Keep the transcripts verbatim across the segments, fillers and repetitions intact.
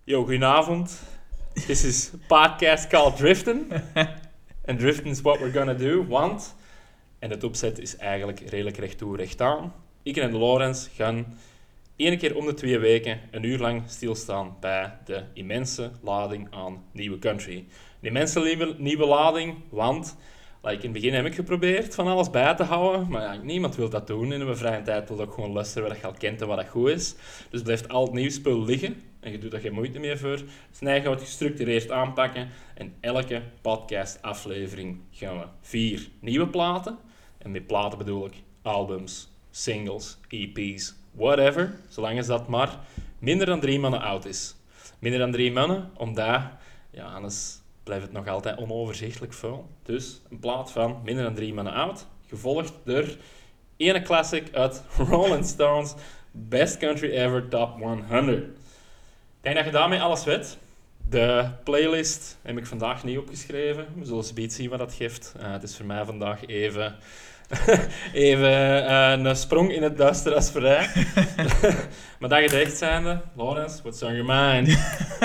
Yo, goedenavond. This is a podcast called Driften. En Driften is what we're gonna do, want... En het opzet is eigenlijk redelijk recht toe, recht aan. Ik en Lorenz gaan één keer om de twee weken een uur lang stilstaan bij de immense lading aan nieuwe country. Een immense nieuwe, nieuwe lading, want... Like, in het begin heb ik geprobeerd van alles bij te houden, maar ja, niemand wil dat doen. In mijn vrije tijd wil ook gewoon luisteren wat je al kent en wat dat goed is. Dus blijft al het nieuwspul liggen en je doet daar geen moeite meer voor. Dus nee, gaan we het gestructureerd aanpakken. En elke podcast-aflevering gaan we vier nieuwe platen. En met platen bedoel ik albums, singles, E P's, whatever. Zolang als dat maar minder dan drie maanden oud is. Minder dan drie maanden, omdat... Ja, anders... blijft het nog altijd onoverzichtelijk veel. Dus een plaat van minder dan drie maanden oud, gevolgd door ene classic uit Rolling Stones, Best Country Ever Top honderd. Ik denk dat je daarmee alles weet. De playlist heb ik vandaag niet opgeschreven. We zullen eens zien wat dat geeft. Uh, het is voor mij vandaag even, even uh, een sprong in het duister als vrij. Maar dat gezegd zijnde, Lorenz, what's on your mind?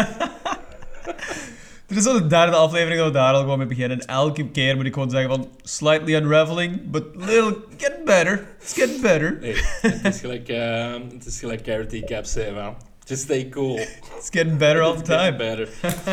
Dit is al de derde aflevering dat we daar al gewoon mee beginnen. Elke keer moet ik gewoon zeggen van... Slightly unraveling, but little... Getting better. It's getting better. Hey, het is gelijk... Uh, het is gelijk Carrot Cap zei, man. Just stay cool. It's getting better all the time. Better.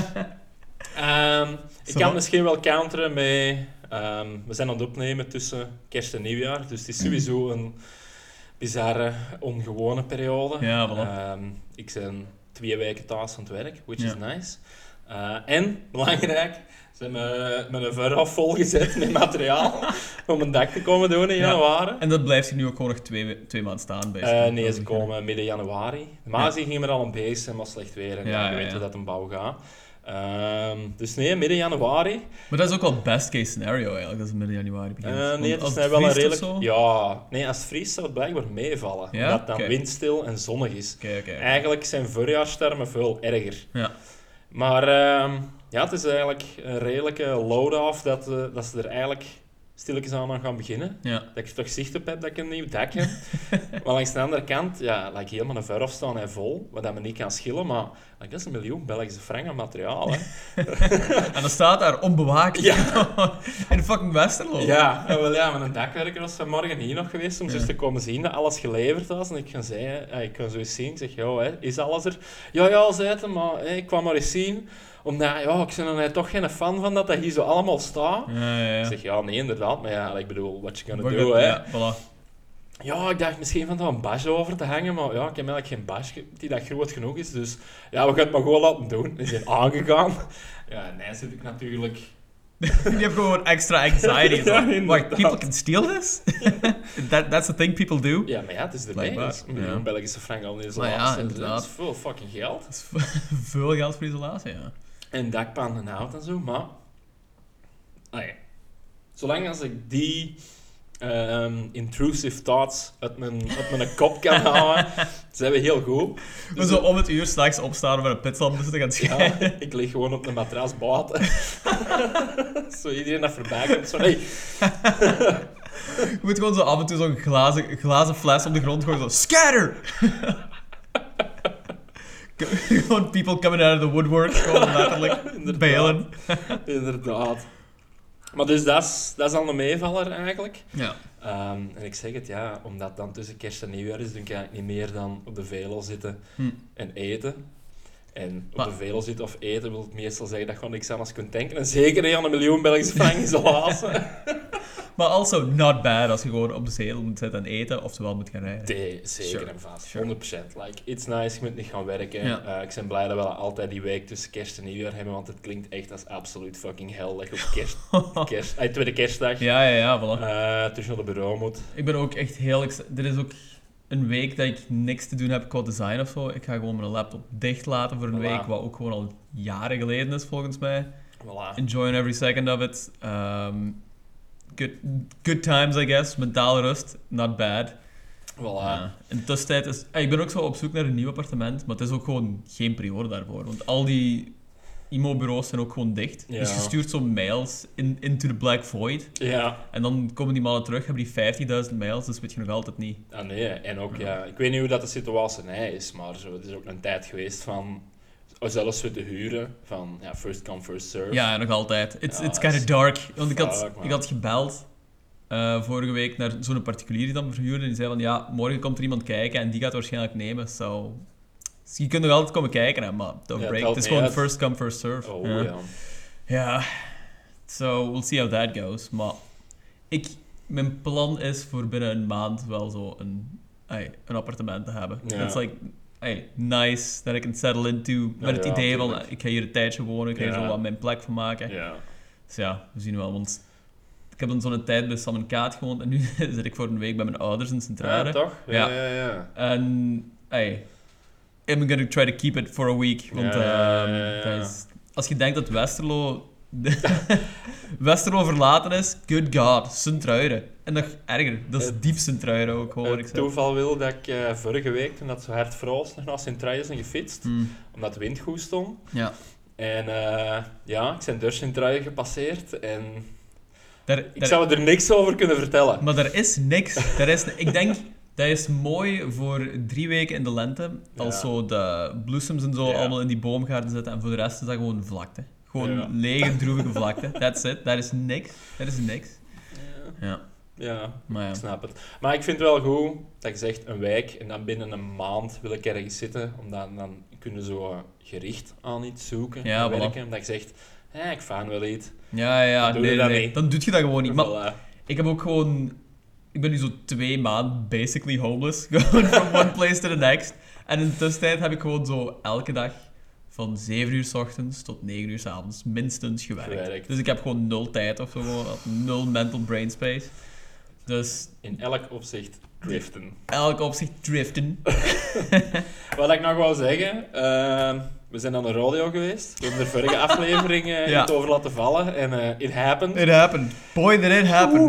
um, ik so, kan misschien wel counteren met... Um, we zijn aan het opnemen tussen kerst en nieuwjaar. Dus het is sowieso een bizarre, ongewone periode. Ja, voilà. Um, ik ben twee weken thuis aan het werk, which ja. is nice. Uh, en, belangrijk, ze hebben mijn verhof volgezet met materiaal om een dak te komen doen in januari. Ja. En dat blijft hier nu ook gewoon nog twee, twee maanden staan? Uh, nee, ze komen midden januari. Maar ze gingen er al een beest en was slecht weer. En ja, ja, je weet ja. dat een bouw gaat. Um, dus nee, midden januari. Maar dat is ook wel best case scenario eigenlijk, dat is midden januari begint. Uh, nee, het is nou wel een redelijk... Ja, nee, als het vriest zou het blijkbaar meevallen. Ja? Omdat het dan okay. windstil en zonnig is. Okay, okay. Eigenlijk zijn voorjaarstermen veel erger. Ja. Maar uh, ja, het is eigenlijk een redelijke load-off dat, uh, dat ze er eigenlijk stilletjes aan gaan beginnen. Ja. Dat ik toch zicht op heb dat ik een nieuw dak heb. Maar langs de andere kant, ja, laat ik helemaal een verf staan en vol, wat dat me niet kan schillen, maar like, dat is een miljoen Belgische frank aan materiaal. Hè. En dan staat daar onbewaakt ja. in fucking Westerlo. Ja, wel, ja, mijn dakwerker was vanmorgen hier nog geweest om ja. eens te komen zien dat alles geleverd was. En ik kan zeggen, ik kan zo eens zien, ik zeg, joh, hè, is alles er? Ja, ja, zei het, maar hè, ik kwam maar eens zien. Omdat, ja, ik ben er toch geen fan van dat dat hier zo allemaal staat. Ja, ja, ja. Ik zeg, ja, nee, inderdaad. Maar ja, ik bedoel, what you gonna do, hè. Ja, voilà. Ja, ik dacht misschien van daar een badge over te hangen, maar ja, ik heb eigenlijk geen badge die dat groot genoeg is. Dus ja, we gaan het maar gewoon laten doen. We zijn aangegaan. Ja, en dan zit ik natuurlijk... Je hebt gewoon extra anxiety. ja, Wait, people can steal this? that, that's the thing people do? Ja, maar ja, het is ermee. Dat is een miljoen Belgische frank al in isolatie. Ja, inderdaad. Dat is veel fucking geld. Dat is veel geld voor isolatie, ja. En dakpan en hout en zo, maar... Ah, ja. Zolang als ik die... Um, intrusive thoughts uit mijn, uit mijn kop kan houden, zijn we heel goed. Dus we zo om het uur s'nachts opstaan om een pizza te gaan schrijven. Ja, ik lig gewoon op een matras buiten. Zo iedereen dat voorbij komt, zo hey. Je moet gewoon zo af en toe zo'n glazen, glazen fles op de grond gooien, zo scatter! Gewoon people coming out of the woodwork, gewoon letterlijk bailen. Inderdaad. Maar dus dat is, dat is al een meevaller eigenlijk. Ja. Um, en ik zeg het, ja, omdat het dan tussen kerst en nieuwjaar is, dan kan ik niet meer dan op de velo zitten hm. en eten. En op maar... de velo zitten of eten wil het meestal zeggen dat je gewoon niks anders kunt denken. En zeker niet aan een miljoen Belgische frank isolatie. Maar also not bad als je gewoon op de zetel moet zitten en eten, oftewel moet gaan rijden. Nee, zeker sure. en vast. Sure. honderd procent. Like, it's nice, je moet niet gaan werken. Ja. Uh, ik ben blij dat we altijd die week tussen kerst en nieuwjaar hebben, want het klinkt echt als absoluut fucking hell dat je op kerst... kerst uh, tweede kerstdag... Ja, ja, ja, voilà. Uh, tussen naar de bureau moet. Ik ben ook echt heel... Ex- er is ook een week dat ik niks te doen heb qua design of zo. Ik ga gewoon mijn laptop dicht laten voor een Voilà. week, wat ook gewoon al jaren geleden is, volgens mij. Voilà. Enjoying every second of it. Um, good, good times, I guess. Mentale rust, not bad. Voilà. Ja. In de tussentijd is... Ik ben ook zo op zoek naar een nieuw appartement, maar het is ook gewoon geen periode daarvoor. Want al die I M O-bureaus zijn ook gewoon dicht. Ja. Dus je stuurt zo mails in, into the black void. Ja. En dan komen die mannen terug, hebben die vijftigduizend mails, dus weet je nog altijd niet. Ah nee, en ook, ja. ja, ik weet niet hoe dat de situatie nee is, maar zo, het is ook een tijd geweest van of zelfs voor te huren van ja, first come, first serve. Ja, nog altijd. It's, Ja, it's kind of is- dark. Want ik had, Fuck, man. ik had gebeld uh, vorige week naar zo'n particulier die dan verhuurde. En die zei van, ja, morgen komt er iemand kijken en die gaat waarschijnlijk nemen. So... Dus je kunt nog altijd komen kijken, hè, maar don't Ja, het break. helpt Het is niet gewoon uit. first come, first serve. Oh, ja. ja. Ja, so we'll see how that goes. Maar ik, mijn plan is voor binnen een maand wel zo een, ay, een appartement te hebben. Ja. It's like ay, nice that I can settle into. Met Ja, het ja, idee van, tuurlijk. ik ga hier een tijdje wonen, ik ga hier Ja. zo wat mijn plek van maken. Ja. Dus ja, we zien wel. Want ik heb dan zo'n tijd bij Sam en Kaat gewoond en nu zit ik voor een week bij mijn ouders in Ja, Sint-Truiden. toch? Ja, Ja. ja, ja. En ay, I'm gonna try to keep it for a week. Want Ja, ja, ehm, ja, ja. dat is- als je denkt dat Westerlo... Westerlo verlaten is, good god, Sint-Truiden. En nog erger, dat is Het- diep Sint-Truiden ook, hoor ik Het zeggen. toeval wil dat ik eh, vorige week, toen dat zo hard froos, nog naar Sint-Truiden zijn gefietst. Hmm. Omdat de wind goed stond. Ja. En eh, ja, ik ben door Sint-Truiden gepasseerd. En Daar, ik daar- zou er niks over kunnen vertellen. Maar er is niks. Er is, ik denk, dat is mooi voor drie weken in de lente, als Ja. zo de bloesems en zo Ja. allemaal in die boomgaarden zitten. En voor de rest is dat gewoon vlakte. Gewoon Ja. lege, droevige vlakte. That's it. Daar is niks. Er is niks. Ja, Ja, ja, maar ja. ik snap het. Maar ik vind het wel goed dat je zegt een week en dan binnen een maand wil ik ergens zitten. Omdat dan kunnen we zo eh, gericht aan iets zoeken Ja, en voilà. werken. Omdat je zegt, eh, ik vaar wel iets. Ja, ja, Doe nee, je dat nee. niet? Dan doe je dat gewoon niet. Maar Voilà. ik heb ook gewoon... Ik ben nu zo twee maanden basically homeless. Gewoon from one place to the next. En in de tussentijd heb ik gewoon zo elke dag van zeven uur 's ochtends tot negen uur 's avonds minstens gewerkt. Gewerkt. Dus ik heb gewoon nul tijd of zo. Gewoon, nul mental brain space. Dus In elk opzicht driften. elk opzicht driften. Wat ik nog wou zeggen, eh, we zijn aan de rodeo geweest. We hebben de vorige aflevering eh Ja. iets over laten vallen en eh it happened. It happened. Boy, did it happen.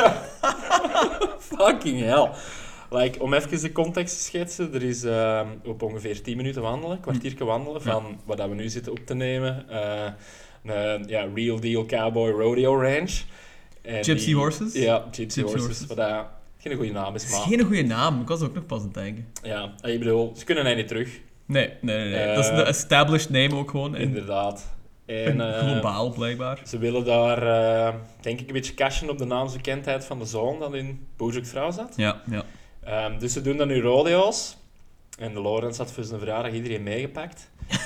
Fucking hell. Like, om even de context te schetsen, er is eh, op ongeveer tien minuten wandelen, een kwartiertje wandelen van wat dat we nu zitten op te nemen. eh, een ja, Real Deal Cowboy Rodeo Ranch. En Gypsy die- Horses? Ja, Gypsy, Gypsy Horses. Horses. Wat dat geen goede naam is, Dat is maar... geen goede naam. Ik was ook nog pas aan het denken. Ja, ik bedoel, ze kunnen hij niet terug. Nee, nee, nee. nee. Eh, dat is de established name ook gewoon. En Inderdaad. En, eh, globaal, blijkbaar. Ze willen daar, eh, denk ik, een beetje cashen op de naamsbekendheid van de zoon dat in Boerzoek Vrouw zat. Ja, ja. Ehm, dus ze doen dan nu rodeo's. En de Lorenz had voor zijn verjaardag iedereen meegepakt.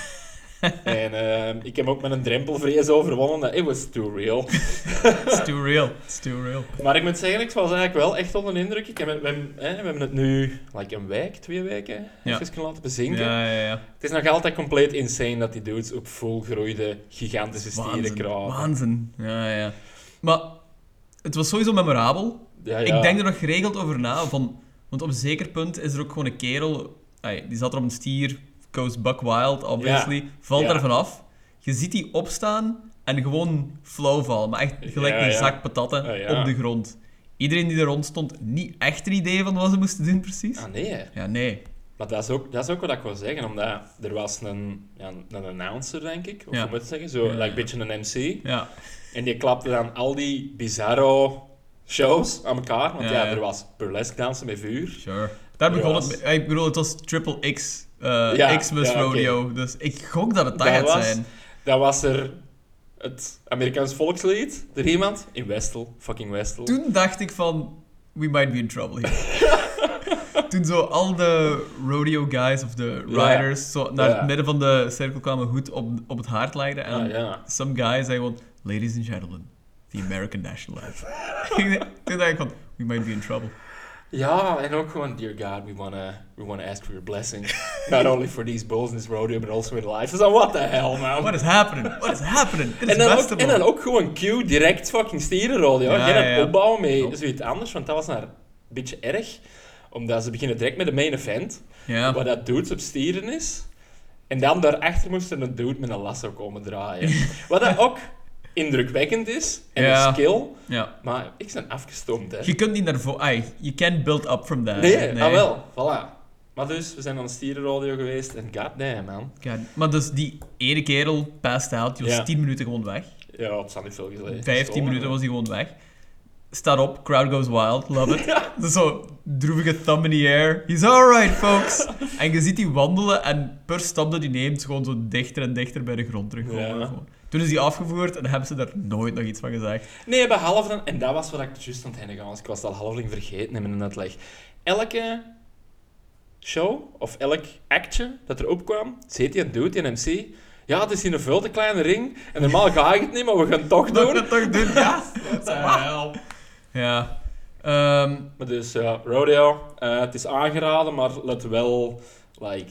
en ehm, ik heb ook met een drempelvrees overwonnen dat it was too real. It's too real. It's too real. Maar ik moet zeggen, ik was eigenlijk wel echt onder de indruk. Ik heb, het- we, hebben, hè, we hebben het nu like een week, twee weken Ja. even kunnen laten bezinken. Ja, ja, ja. Het is nog altijd compleet insane dat die dudes op volgroeide, gigantische stieren Waanzin. kraven. Waanzin. Ja, ja. Maar het was sowieso memorabel. Ja, ja. Ik denk er nog geregeld over na. Van, want op een zeker punt is er ook gewoon een kerel... ay, die zat er op een stier, goes buck wild, obviously. Valt Ja. er vanaf. Je ziet die opstaan en gewoon flow vallen. Maar echt gelijk Ja, een ja. zak patatten Ah, ja. op de grond. Iedereen die er rond stond, niet echt een idee van wat ze moesten doen, precies. Ah, nee. Ja, nee. Maar dat is, ook, dat is ook wat ik wil zeggen, omdat er was een, ja, een announcer, denk ik, of Ja. hoe moet je het zeggen, zo, Ja, like, ja. een beetje een M C. Ja. En die klapte dan al die bizarro shows aan elkaar, want Ja, ja, ja. er was burlesque dansen met vuur. Sure. Daar Er begon was- het mee. Ik bedoel, het was Triple X. eh Ja, Xmas ja, oké. Rodeo. Dus ik gok dat het dat, Dat gaat was- zijn. Dan was er het Amerikaans volkslied, er iemand, in Westel, fucking Westel. Toen dacht ik van, we might be in trouble here. Toen zo al de rodeo guys of de Ja. riders zo naar Ja. het midden van de cirkel kwamen, goed op, op het haard legden. En Ah, ja. some guy zei gewoon, ladies and gentlemen, the American national anthem. Toen dacht ik van, we might be in trouble. Ja, en ook gewoon, dear God, we wanna, we wanna ask for your blessing. Not only for these bulls in this rodeo, but also in life. So what the hell, man? What is happening? What is happening? Dit is En dan, ook, Westerlo. en dan ook gewoon Q, direct fucking stierenrollen. Ja. Ja, Geen ja, ja. opbouwen met Klopt. zoiets anders, want dat was naar een beetje erg. Omdat ze beginnen direct met de main event, Ja. waar dat dudes op stieren is. En dan daarachter moesten een dude met een lasso komen draaien. Wat dat ook indrukwekkend is, en Ja. een skill. ja. Maar ik ben afgestomd, hè. Je kunt niet naar voren. Ai, you can't build up from that. Nee, ah wel, voilà. Maar dus, we zijn aan een stierenrodeo geweest en goddamn, man. God. Maar dus die ene kerel passed out, die was Ja. tien minuten gewoon weg. Ja, het zal niet veel geleden. vijftien Gestolen, minuten hè. was hij gewoon weg. staat op, crowd goes wild, love it. Ja. Dus zo droevige thumb in the air. He's alright, folks. En je ziet die wandelen en per stap dat hij neemt, gewoon zo dichter en dichter bij de grond terugkomen. Ja. Toen is hij afgevoerd en hebben ze daar nooit nog iets van gezegd. Nee, behalve... En dat was wat ik juist aan het einde was. Ik was het al halfling vergeten in mijn uitleg. Elke show, of elk actje dat er opkwam, zit hij en doet hij een M C... Ja, het is hier een veel te kleine ring. En normaal ga ik het niet, maar we gaan het toch doen. We gaan het toch doen, ja. What ja. Um, Maar dus, ja, rodeo. Uh, het is aangeraden, maar let wel, like...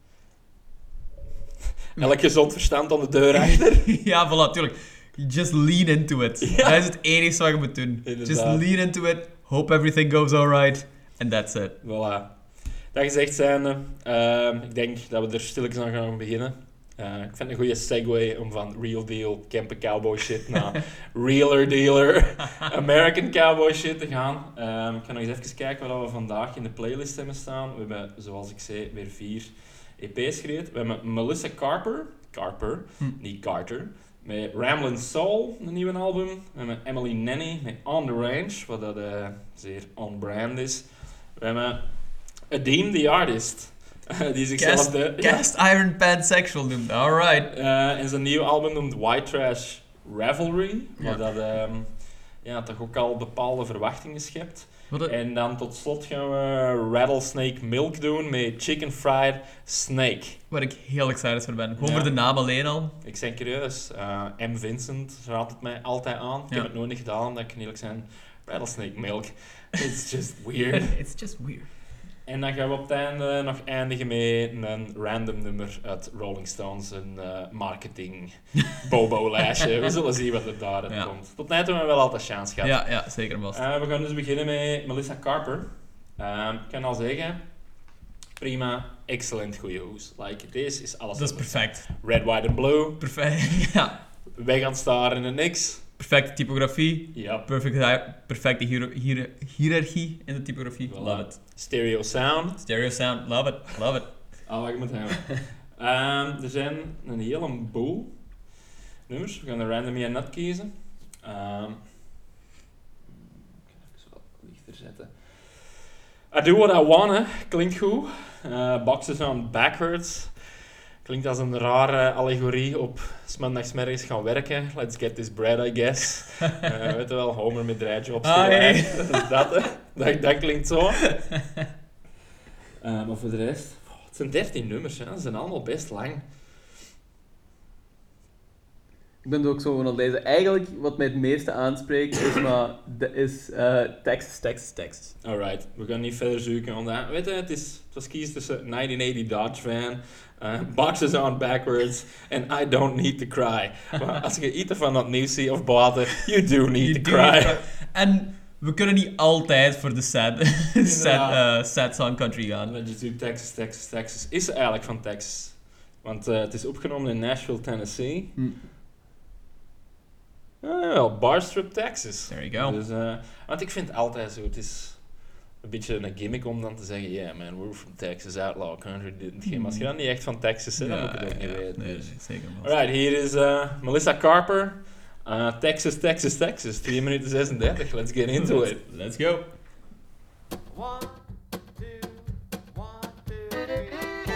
Elk gezond verstand aan de deur achter. Ja, voilà, tuurlijk. Just lean into it. Ja. Dat is het enige wat je moet doen. Inderdaad. Just lean into it. Hope everything goes alright. And that's it. Voilà. Dat gezegd zijnde, uh, ik denk dat we er stilletjes aan gaan beginnen. Uh, ik vind het een goede segue om van real deal, camper cowboy shit naar realer dealer, American cowboy shit te gaan. Um, ik ga nog eens even kijken wat we vandaag in de playlist hebben staan. We hebben, zoals ik zei, weer vier E P's gereden. We hebben Melissa Carper, Carper, hm. niet Carter, met Ramblin' Soul, een nieuwe album. We hebben Emily Nenny met On The Range, wat dat uh, zeer on-brand is. We hebben Adeem the Artist. Die zichzelf cast, de... Cast ja. Iron Pansexual noemt, alright. Uh, en zijn nieuwe album noemt White Trash Revelry. Ja. Wat dat um, ja, toch ook al bepaalde verwachtingen schept. Wat en dan tot slot gaan we Rattlesnake Milk doen met Chicken Fried Snake. Waar ik heel excited voor ben. Gewoon ja. voor de naam alleen al. Ik ben curieus. Uh, M. Vincent raadt het mij altijd aan. Ik ja. heb het nooit gedaan, omdat ik kan eerlijk zijn. Rattlesnake Milk. It's just weird. It's just weird. En dan gaan we op het einde nog eindigen met een random nummer uit Rolling Stones, een uh, marketing bobo-lijstje. We zullen zien wat er daaruit ja. komt. Tot nu toe hebben we wel altijd chance gehad. Ja, ja zeker vast. Uh, we gaan dus beginnen met Melissa Carper. Uh, ik kan al zeggen, prima, excellent, goede hoes. Like, deze is alles. Dat is perfect. Red, white and blue. Perfect, ja. Weg aan het staren in het niks. Perfecte typografie. Ja. Perfect, perfecte hier, hier, hiërarchie in de typografie. Voilà. Love it. Stereo sound. Stereo sound. Love it. Love it. Al wat je moet hebben. um, er zijn een hele boel nummers. We gaan er random hier net kiezen. Um, ik ga even wat lichter zetten. I Do What I Wanna. Klinkt goed. Uh, Boxes on Backwards. Klinkt als een rare allegorie op 's maandagsmiddags gaan werken. Let's get this bread, I guess. Uh, weet je wel, Homer met drijjobs. Ah, hey. Dat is dat, hè. Dat, dat klinkt zo. Uh, maar voor de rest... Oh, het zijn dertien nummers, hè. Ze zijn allemaal best lang. Ik ben er ook zo van aan het lezen. Eigenlijk, wat mij het meeste aanspreekt, is, maar, de, is uh, Texas, Texas, Texas. Alright, we gaan niet verder zoeken. Want, uh, weet je, het, is, het was kies tussen negentien tachtig Dodge Van, uh, Boxes on Backwards en I Don't Need to Cry. Maar als je iets van dat nieuws ziet of baten, you do need you to do cry. cry. En we kunnen niet altijd voor de sad, sad, uh, sad song country gaan. Let's just do Texas, Texas, Texas. Is ze eigenlijk van Texas? Want uh, het is opgenomen in Nashville, Tennessee. Hm. Ah, wel, Barstrip, Texas. There you go. Dus, uh, want ik vind altijd zo, het is een beetje een gimmick om dan te zeggen, yeah man, we're from Texas, outlaw country, dit en geen. Als je dan niet echt van Texas zit, ja, dan moet je het ook ja, niet weten. Nee, dus. nee, zeker wel. Alright, hier is uh, Melissa Carper, uh, Texas, Texas, Texas, twee minuten zesendertig. Let's get into it. Let's go. One, two, one, two, three.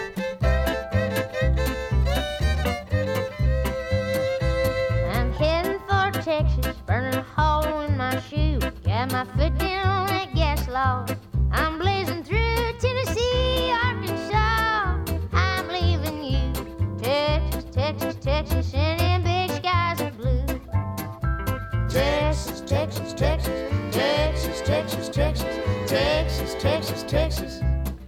I'm heading for Texas, burning a hole in my shoe. Got my foot down on that gas log. I'm blazing through Tennessee, Arkansas. I'm leaving you, Texas, Texas, Texas, and them big skies are blue. Texas, Texas, Texas, Texas, Texas, Texas, Texas, Texas, Texas.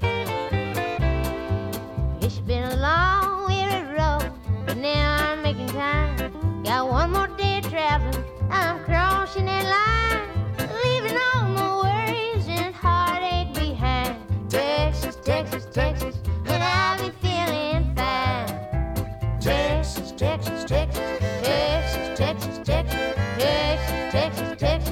It's been a long, weary road, but now I'm making time. Got one more day of traveling, I'm crossing that line, leaving all my worries and heartache behind. Texas, Texas, Texas, and I'll be feeling fine. Texas, Texas, Texas, Texas, Texas, Texas, Texas, Texas, Texas.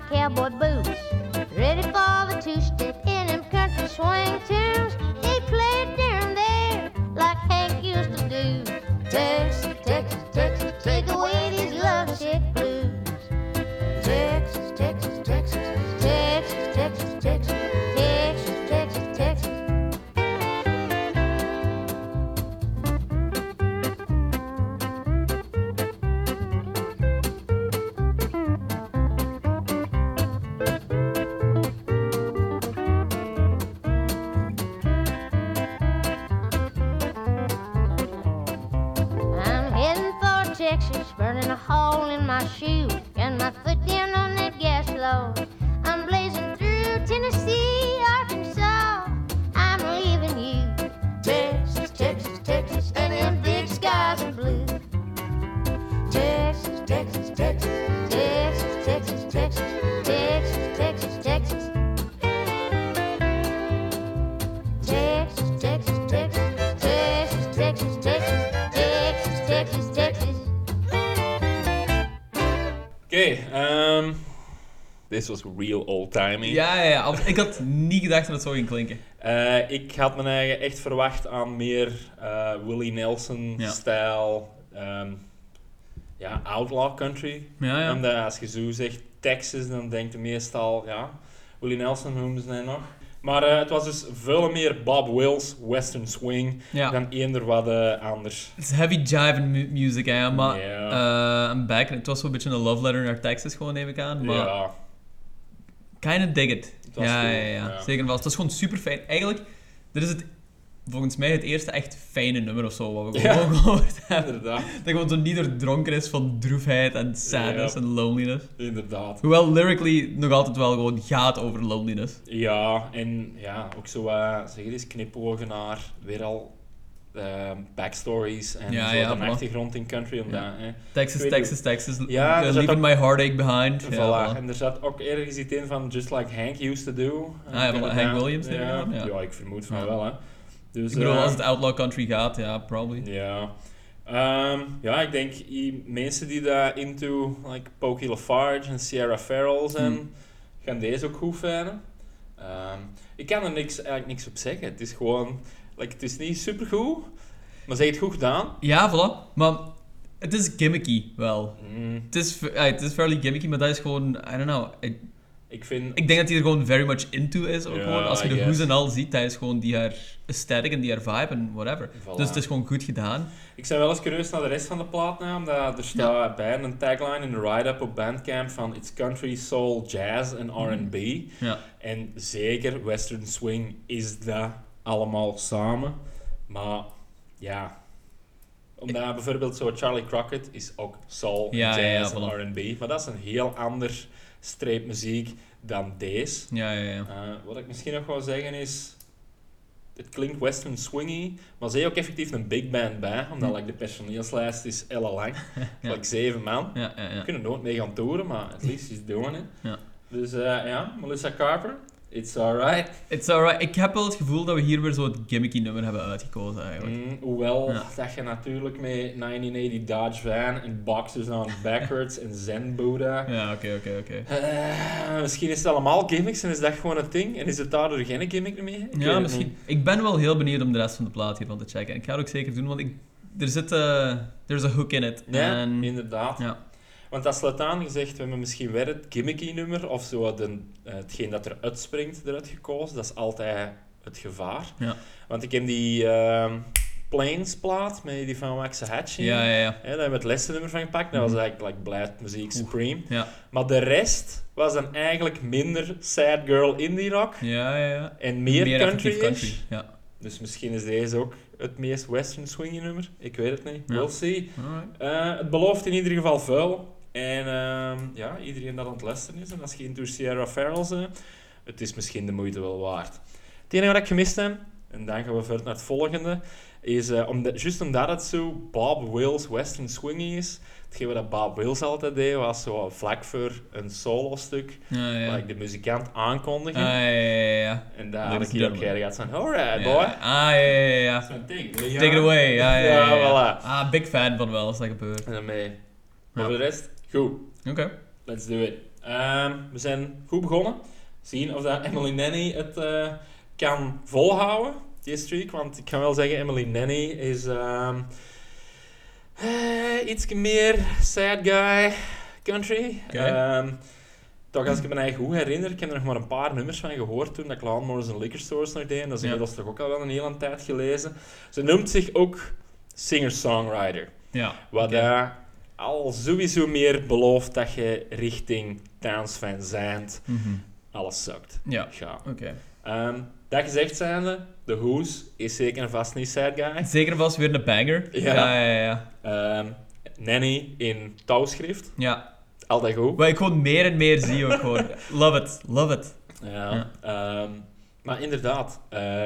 cowboy boots, ready for the two-step in them country swing tunes. They play it there and there like Hank used to do. Texas, Texas, Texas, take away these lovesick blues. Texas, Texas, Texas, Texas, Texas, Texas, Texas, Texas, Texas. I'm heading for Texas, burning a hole in my shoe, and my foot down on that gas load. I'm blazing through Tennessee, Arkansas. I'm leaving you, Texas, Texas, Texas, and them big skies are blue. Texas, Texas, Texas, Texas, Texas, Texas, Texas, Texas, Texas. Texas, Texas, Texas, Texas, Texas, Texas, Texas, Texas, Texas. Oké, ehm dit was real old-timey. Ja, ja, ja. Ab- Ik had niet gedacht dat het zo ging klinken. Eh, ik had mijn eigen echt verwacht aan meer eh, Willie Ja. Nelson-stijl, ehm, ja, outlaw country. Ja, ja. Omdat als je zo zegt Texas, dan denk je meestal, ja, Willie Nelson noemden ze net nog. Maar eh, het was dus veel meer Bob Wills, western swing, Ja. dan eender wat eh, anders. Het is heavy jive mu- music, hè, maar Ja. eh, I'm back. Het was wel een beetje een love letter naar Texas, gewoon neem ik aan. Maar Ja, kinda dig it. Het was Ja, goed, ja, ja, ja. zeker en vast. Het is gewoon super fijn. Eigenlijk, dit is het, volgens mij het eerste echt fijne nummer of zo wat we Ja. gewoon gehoord hebben. inderdaad. Dat gewoon zo niet doordronken is van droefheid en sadness Ja. en loneliness. Inderdaad. Hoewel lyrically nog altijd wel gewoon gaat over loneliness. Ja, en ja, ook zo, eh zeg je eens, knipogen naar weer al ehm, backstories en Ja, zo ja, de voilà. achtergrond in country. Omdat, Ja. hè, Texas, Ik weet Texas, Texas, Ja, uh, er zat leaving ook- my heartache behind. Voilà. Ja, voilà. En er zat ook ergens iets in van Just Like Hank used to do. Ah, ja, Eh, van inderdaad. Hank Williams, neem ik ja. aan, ja. Ja, ik vermoed van Ja. wel, hè. Dus, Ik bedoel, eh, als het outlaw country gaat, ja, probably. Ja. Ehm, ja, ik denk i- mensen die daar into like Pokey Lafarge en Sierra Farrell zijn, Hmm. gaan deze ook goed vinden. Ehm, ik kan er niks, eigenlijk niks op zeggen. Het is gewoon, like, het is niet supergoed, maar ze heeft het goed gedaan. Ja, voilà. Maar het is gimmicky wel. Mm, Het is, v- ja, het is fairly gimmicky, maar dat is gewoon, I don't know. Ik, ik vind... ik denk dat hij er gewoon very much into is. Ook Ja, gewoon. Als je I de guess. hoes en al ziet, hij is gewoon die haar aesthetic en die haar vibe en whatever. Voilà. Dus het is gewoon goed gedaan. Ik ben wel eens curieus naar de rest van de plaat na, omdat er staat bij een tagline in de write-up op Bandcamp van It's country, soul, jazz en R and B. Ja. En zeker, western swing is dat allemaal samen. Maar ja, omdat bijvoorbeeld zo Charlie Crockett is ook soul, Ja, ja, jazz ja, en voilà. R and B. Maar dat is een heel ander streep muziek dan deze. Ja, ja, ja. Uh, wat ik misschien nog wil zeggen is, het klinkt western swingy, maar ze heeft ook effectief een big band bij, omdat Hm. like, de personeelslijst is elle lang. Ja. Like zeven man. Ja, ja, We ja. kunnen nooit mee gaan toeren, maar at least she's doing it. Ja. Dus uh, ja, Melissa Carper, it's alright. It's alright. Ik heb wel het gevoel dat we hier weer zo het gimmicky nummer hebben uitgekozen, eigenlijk. Mm, hoewel Ja. dat je natuurlijk met negentien tachtig Dodge Van en boxers on backwards en Zen Buddha. Ja, oké, oké, oké. Eh, misschien is het allemaal gimmicks en is dat gewoon een ding en is het daardoor geen gimmick meer? Ik weet Ja, het misschien. niet. Ik ben wel heel benieuwd om de rest van de plaat hiervan te checken. En ik ga het ook zeker doen, want ik, er zit... eh there's a hook in it. Ja, En- inderdaad. ja. Want dat sluit aan gezegd, we hebben misschien weer het gimmicky nummer of zo de, uh, hetgeen dat er uitspringt eruit gekozen. Dat is altijd het gevaar. Ja. Want ik heb die uh, Plains plaat met die van Waxahachie. Ja, ja, ja. Hè, daar hebben we het laatste nummer van gepakt. Dat was eigenlijk like, bluesmuziek supreme. Ja, Maar de rest was dan eigenlijk minder sad girl indie rock ja, ja. ja. en meer, effectief country-ish. Ja. Dus misschien is deze ook het meest western swingy nummer. Ik weet het niet. Ja. We'll see. Alright. Uh, het belooft in ieder geval vuil. En ehm, ja, iedereen dat aan het luisteren is en als je into Sierra Farrell bent, het is misschien de moeite wel waard. Het enige wat ik gemist heb, en dan gaan we verder naar het volgende, is uh, omdat, juist omdat het zo Bob Wills western swingy is, hetgeen wat Bob Wills altijd deed, was zo vlak voor een solo-stuk, Ja, ja. like de muzikant aankondigen. Ah, ja, ja, ja. En daar Ladies had ik and ook gentlemen. gehad van, alright Ja. boy. Ah, ja, ja, ja, ja. Dat is mijn ding. Take it away. Ja, ja, ja. Ja, ja. voilà. Ah, big fan van wel als dat gebeurt. En dan mee. Maar Ja. voor de rest, goed. Oké. Let's do it. Ehm, we zijn goed begonnen. Zien of dat Emily Nanny het uh, kan volhouden, die streak. Want ik kan wel zeggen, Emily Nanny is uh, uh, iets meer sad guy country. Okay. Um, toch, als ik me eigenlijk goed herinner, ik heb er nog maar een paar nummers van gehoord toen dat ik Lawnmowers en Liquor Stores nog deed. En dat is inmiddels ja. toch ook al wel een hele tijd gelezen. Ze noemt zich ook singer-songwriter. Ja. Wat okay. uh, al sowieso meer belooft dat je richting dancefan zijnd mm-hmm. alles sukt. Ja, gaat. oké. Okay. Um, dat gezegd zijnde, The Who's is zeker en vast niet sad guy. Zeker en vast weer een banger. Ja. Ja, ja, ja. Um, Nanny in touwschrift. Ja. Altijd goed. Wat ik gewoon meer en meer zie ook gewoon. Love it, love it. Ja. ja. Um, maar inderdaad, uh,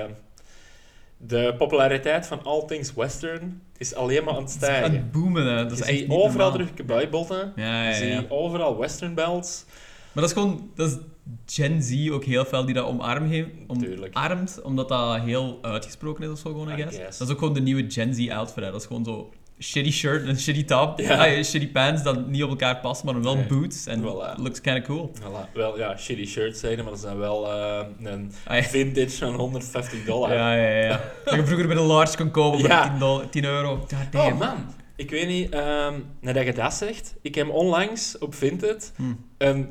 de populariteit van All Things Western is alleen maar aan het stijgen. Aan het boomen, hè. Dat is je echt ziet niet overal normaal. terug kabouibotten. Ja, ja, ja. Je ziet overal Western belts. Maar dat is gewoon... Dat is Gen Z ook heel veel die dat omarm heeft, omarmt, omdat dat heel uitgesproken is of zo gewoon, I guess. guess. Dat is ook gewoon de nieuwe Gen Z outfit, hè. Dat is gewoon zo shitty shirt en shitty top. Ja. Ah, shitty pants dat niet op elkaar passen, maar dan wel Nee. boots. En Voilà. looks kinda cool. Voilà. Wel, ja, shitty shirts zeggen, maar dat zijn wel uh, een Ah, ja. vintage van honderdvijftig dollar. Ja, ja, ja. Dat je vroeger bij de large kon kopen voor Ja. tien, dollar, tien euro. God damn. Oh man, ik weet niet, um, nadat je dat zegt, ik heb onlangs op Vinted Hm. een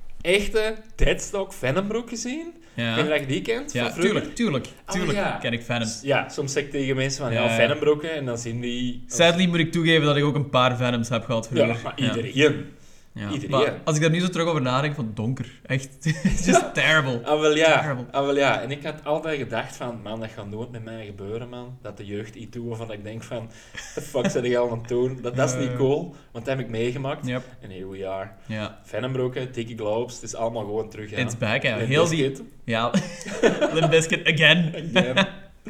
echte Deadstock Venombroek gezien. Ja, Ik weet niet dat je die kent ja van vroeger. tuurlijk, tuurlijk. Oh, Tuurlijk ja. ken ik Venom. Ja, soms zeg ik tegen mensen van, ja, Ja, ja. Venombroeken, en dan zien die... Sadly moet ik toegeven dat ik ook een paar Venoms heb gehad Ja, vroeger. maar iedereen. Ja. Iedereen. Maar als ik daar nu zo terug over nadenk, van donker. Echt, it's just terrible. Ah, wel ja. Terrible. Ah, wel ja. En ik had altijd gedacht van, man, dat gaat nooit met mij gebeuren, man. Dat de jeugd iets doet waarvan ik denk van, the fuck zit ik al aan het doen? Dat, dat is niet Ja. cool, want dat heb ik meegemaakt. Yep. En here we are. Ja. Venombroeken, dikke globes, het is allemaal gewoon terug. It's back, ja. Limp Heel die... Bizkit. Ja. Limp Bizkit again. Again.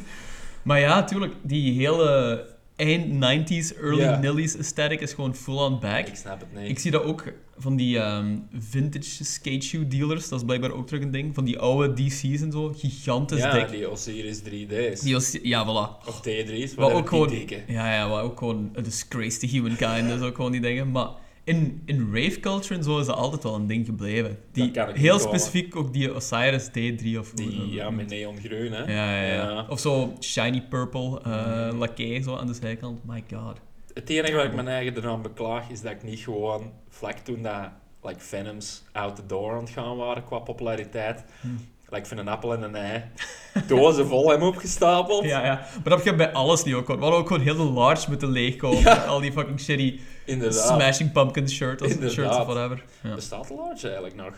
Maar ja, tuurlijk, die hele eind nineties, early Ja. nillies aesthetic is gewoon full on back. Ik snap het niet. Ik zie dat ook van die ehm, vintage skate shoe dealers, dat is blijkbaar ook terug een ding. Van die oude D C's en zo, gigantisch ja, dik. die Osiris drie D's. Die was, ja, voilà. Of T drie's, Wat wat ook gewoon, die dikke. ja, ja, wat ook gewoon a disgrace to humankind is, ook gewoon die dingen. Maar in, in rave culture en zo is dat altijd wel een ding gebleven. Die, Dat kan ik heel niet komen. specifiek ook die Osiris D drie of... Die, ja, met neongroen, hè. Ja, ja, ja. Ja. Of zo shiny purple uh, Mm. lacqué zo aan de zijkant. My god. Het enige wat ik mijn eigen eraan beklaag, is dat ik niet gewoon, vlak toen dat like, Venoms out the door aan het gaan waren qua populariteit, Hmm. like van een appel en een ei, dozen vol hebben opgestapeld. Ja, ja. Maar dat heb je bij alles niet ook gewoon. We hadden ook gewoon heel de large moeten leegkopen. Ja. Al die fucking shitty Inderdaad. Smashing Pumpkins shirt of Inderdaad. shirts of whatever. Ja. Bestaat de large eigenlijk nog?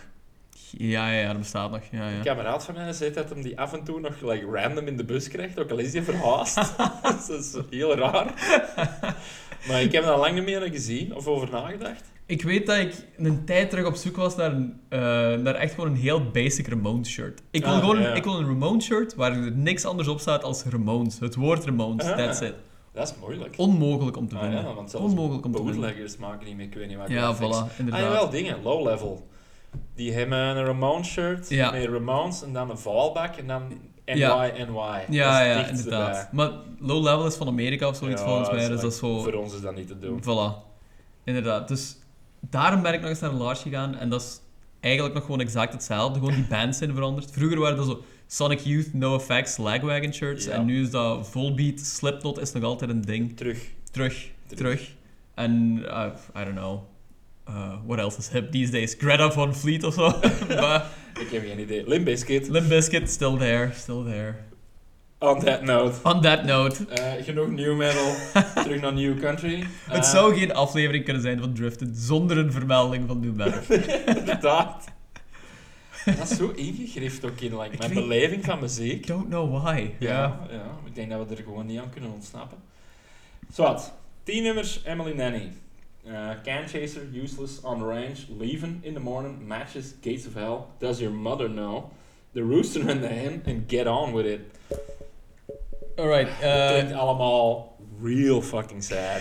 Ja, ja, ja, dat bestaat nog. Ja, Een ja. kameraad van mij zei dat hem die af en toe nog like, random in de bus krijgt, ook al is hij verhaast. Dat is heel raar. Maar ik heb er al lang niet meer gezien of over nagedacht. Ik weet dat ik een tijd terug op zoek was naar, een, uh, naar echt gewoon een heel basic Ramones shirt. Ik wil Ah, gewoon ja. een, ik wil een Ramones shirt waar er niks anders op staat als Ramones. Het woord Ramones, Ah. that's it. Dat is moeilijk. Onmogelijk om te Ah, vinden. ja, want zelfs Onmogelijk om te vinden. bootleggers maken niet meer, ik weet niet wat. Ja, graphics. voilà, inderdaad. Ah, jawel, dingen. Low level. Die hebben een Ramones shirt Ja. met Ramones en dan een fallback en dan N Y Ja. N Y. Ja, Dat is ja, het dichtste inderdaad. bij. Maar low level is van Amerika of zoiets Ja, volgens mij, dus like, dat is zo... Voor ons is dat niet te doen. Voilà. Inderdaad. Dus daarom ben ik nog eens naar een large gegaan en dat is eigenlijk nog gewoon exact hetzelfde. Gewoon die bands zijn veranderd. Vroeger waren dat zo Sonic Youth, NoFX, Lagwagon shirts Ja. en nu is dat Volbeat, Slipknot is nog altijd een ding. Terug. Terug, Terug. terug. En, uh, I don't know, uh, what else is hip these days? Greta Van Fleet of zo. Maar Ik heb geen idee. Limp Bizkit. Limp Bizkit, still there, still there. On that note. On that note. Uh, genoeg new metal. Terug naar new country. Het Uh, zou geen aflevering kunnen zijn van Driften zonder een vermelding van new metal. Inderdaad. Dat is zo ingegrift ook in like, mijn weet- beleving van muziek. I don't know why. Ja, ja, ik denk dat we er gewoon niet aan kunnen ontsnappen. Zwat, tien nummers Emily Nanny. Uh, Can Chaser, Useless, On the Range, Leaving in the Morning, Matches, Gates of Hell, Does Your Mother Know, The Rooster and the Hen, en Get On With It. Alright, Het uh, klinkt allemaal real fucking sad.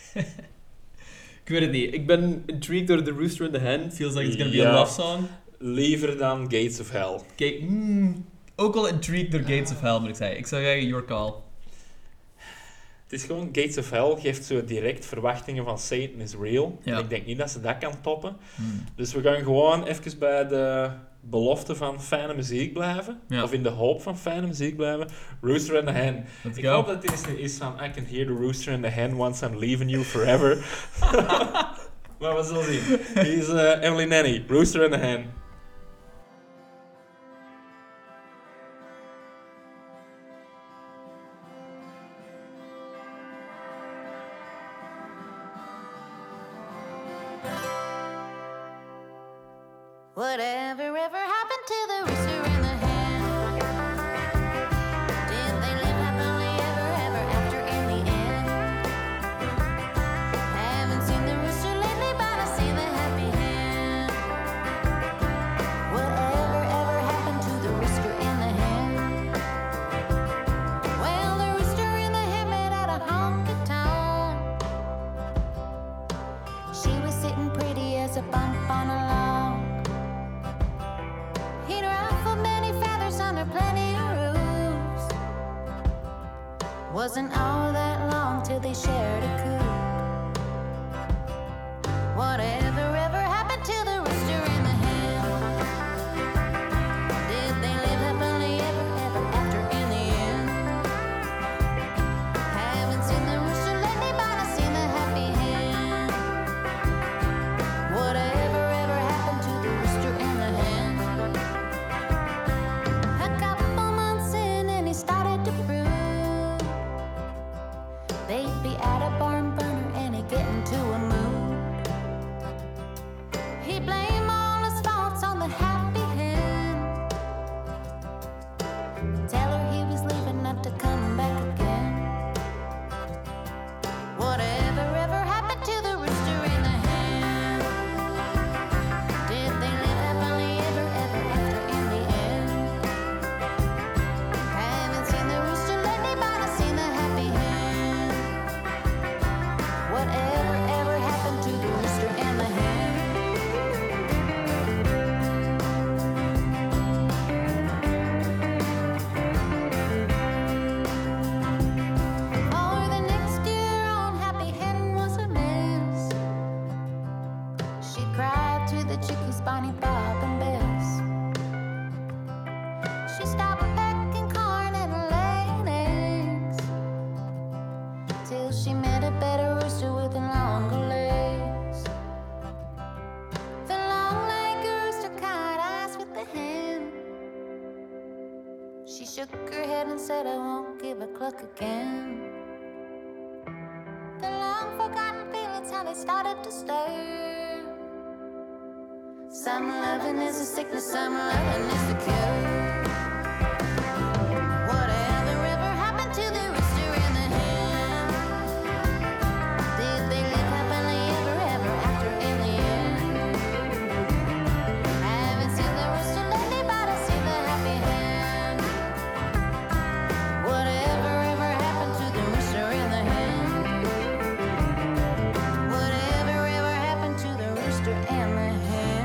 ik weet het niet. Ik ben intrigued door The Rooster and the Hen. Feels like it's gonna be Ja. a love song. Liever dan Gates of Hell. Kijk, mm, ook wel intrigued door Gates of Hell, moet ik zeggen. Ik zou zeggen, your call. Het is gewoon, Gates of Hell geeft zo direct verwachtingen van Satan is real. Ja. En ik denk niet dat ze dat kan toppen. Hmm. Dus we gaan gewoon even bij de belofte van fijne muziek blijven. Ja. Of in de hoop van fijne muziek blijven. Rooster and the Hen. Let's Ik go. hoop dat dit is van I can hear the rooster and the hen once I'm leaving you forever. Maar we zullen zien. Hier is uh, Emily Nanny, Rooster and the Hen. Whatever ever happened to the rooster and the hen? Did they live happily ever, ever after in the end? Haven't seen the rooster lately, but I see the happy hen. Whatever ever happened to the rooster and the hen? Well, the rooster and the hen met at a honky tonk. She was sitting pretty as a bump on a log. He'd ruffled many feathers under plenty of roofs. Wasn't all that long till they shared a coop. Whatever ever happened to the rooster and the hen? Did they live happily ever, ever after in the end? Haven't seen the rooster lately, but I've seen the happy hen. Whatever ever happened to the rooster and the hen? A couple months in and he started to brew. They'd be at a barn burner and he'd get into a mood. He'd blame all his faults on the happy hen. Tell her he was leaving not to come back again. Whatever ever happened to the rooster and the hen? Did they live happily ever, ever after in the end? Haven't seen the rooster lately, but I've seen the happy hen. Whatever ever happened to the rooster and the hen? For the next year on, Happy Hen was a mess. She cried to the chickies, Bonnie, Bob, and Bess. She stopped pecking corn and laying eggs till she met a better rooster with the longer legs. The long-legged rooster caught eyes with the hen. She shook her head and said, I won't give a cluck again. The long-forgotten feelings, how they started to stir. Some loving is a sickness, some loving is the cure. Whatever ever happened to the rooster and the hen? Did they live happily ever, ever after in the end? Haven't seen the rooster lately, but I've seen the happy hen. Whatever ever happened to the rooster and the hen? Whatever ever happened to the rooster and the hen?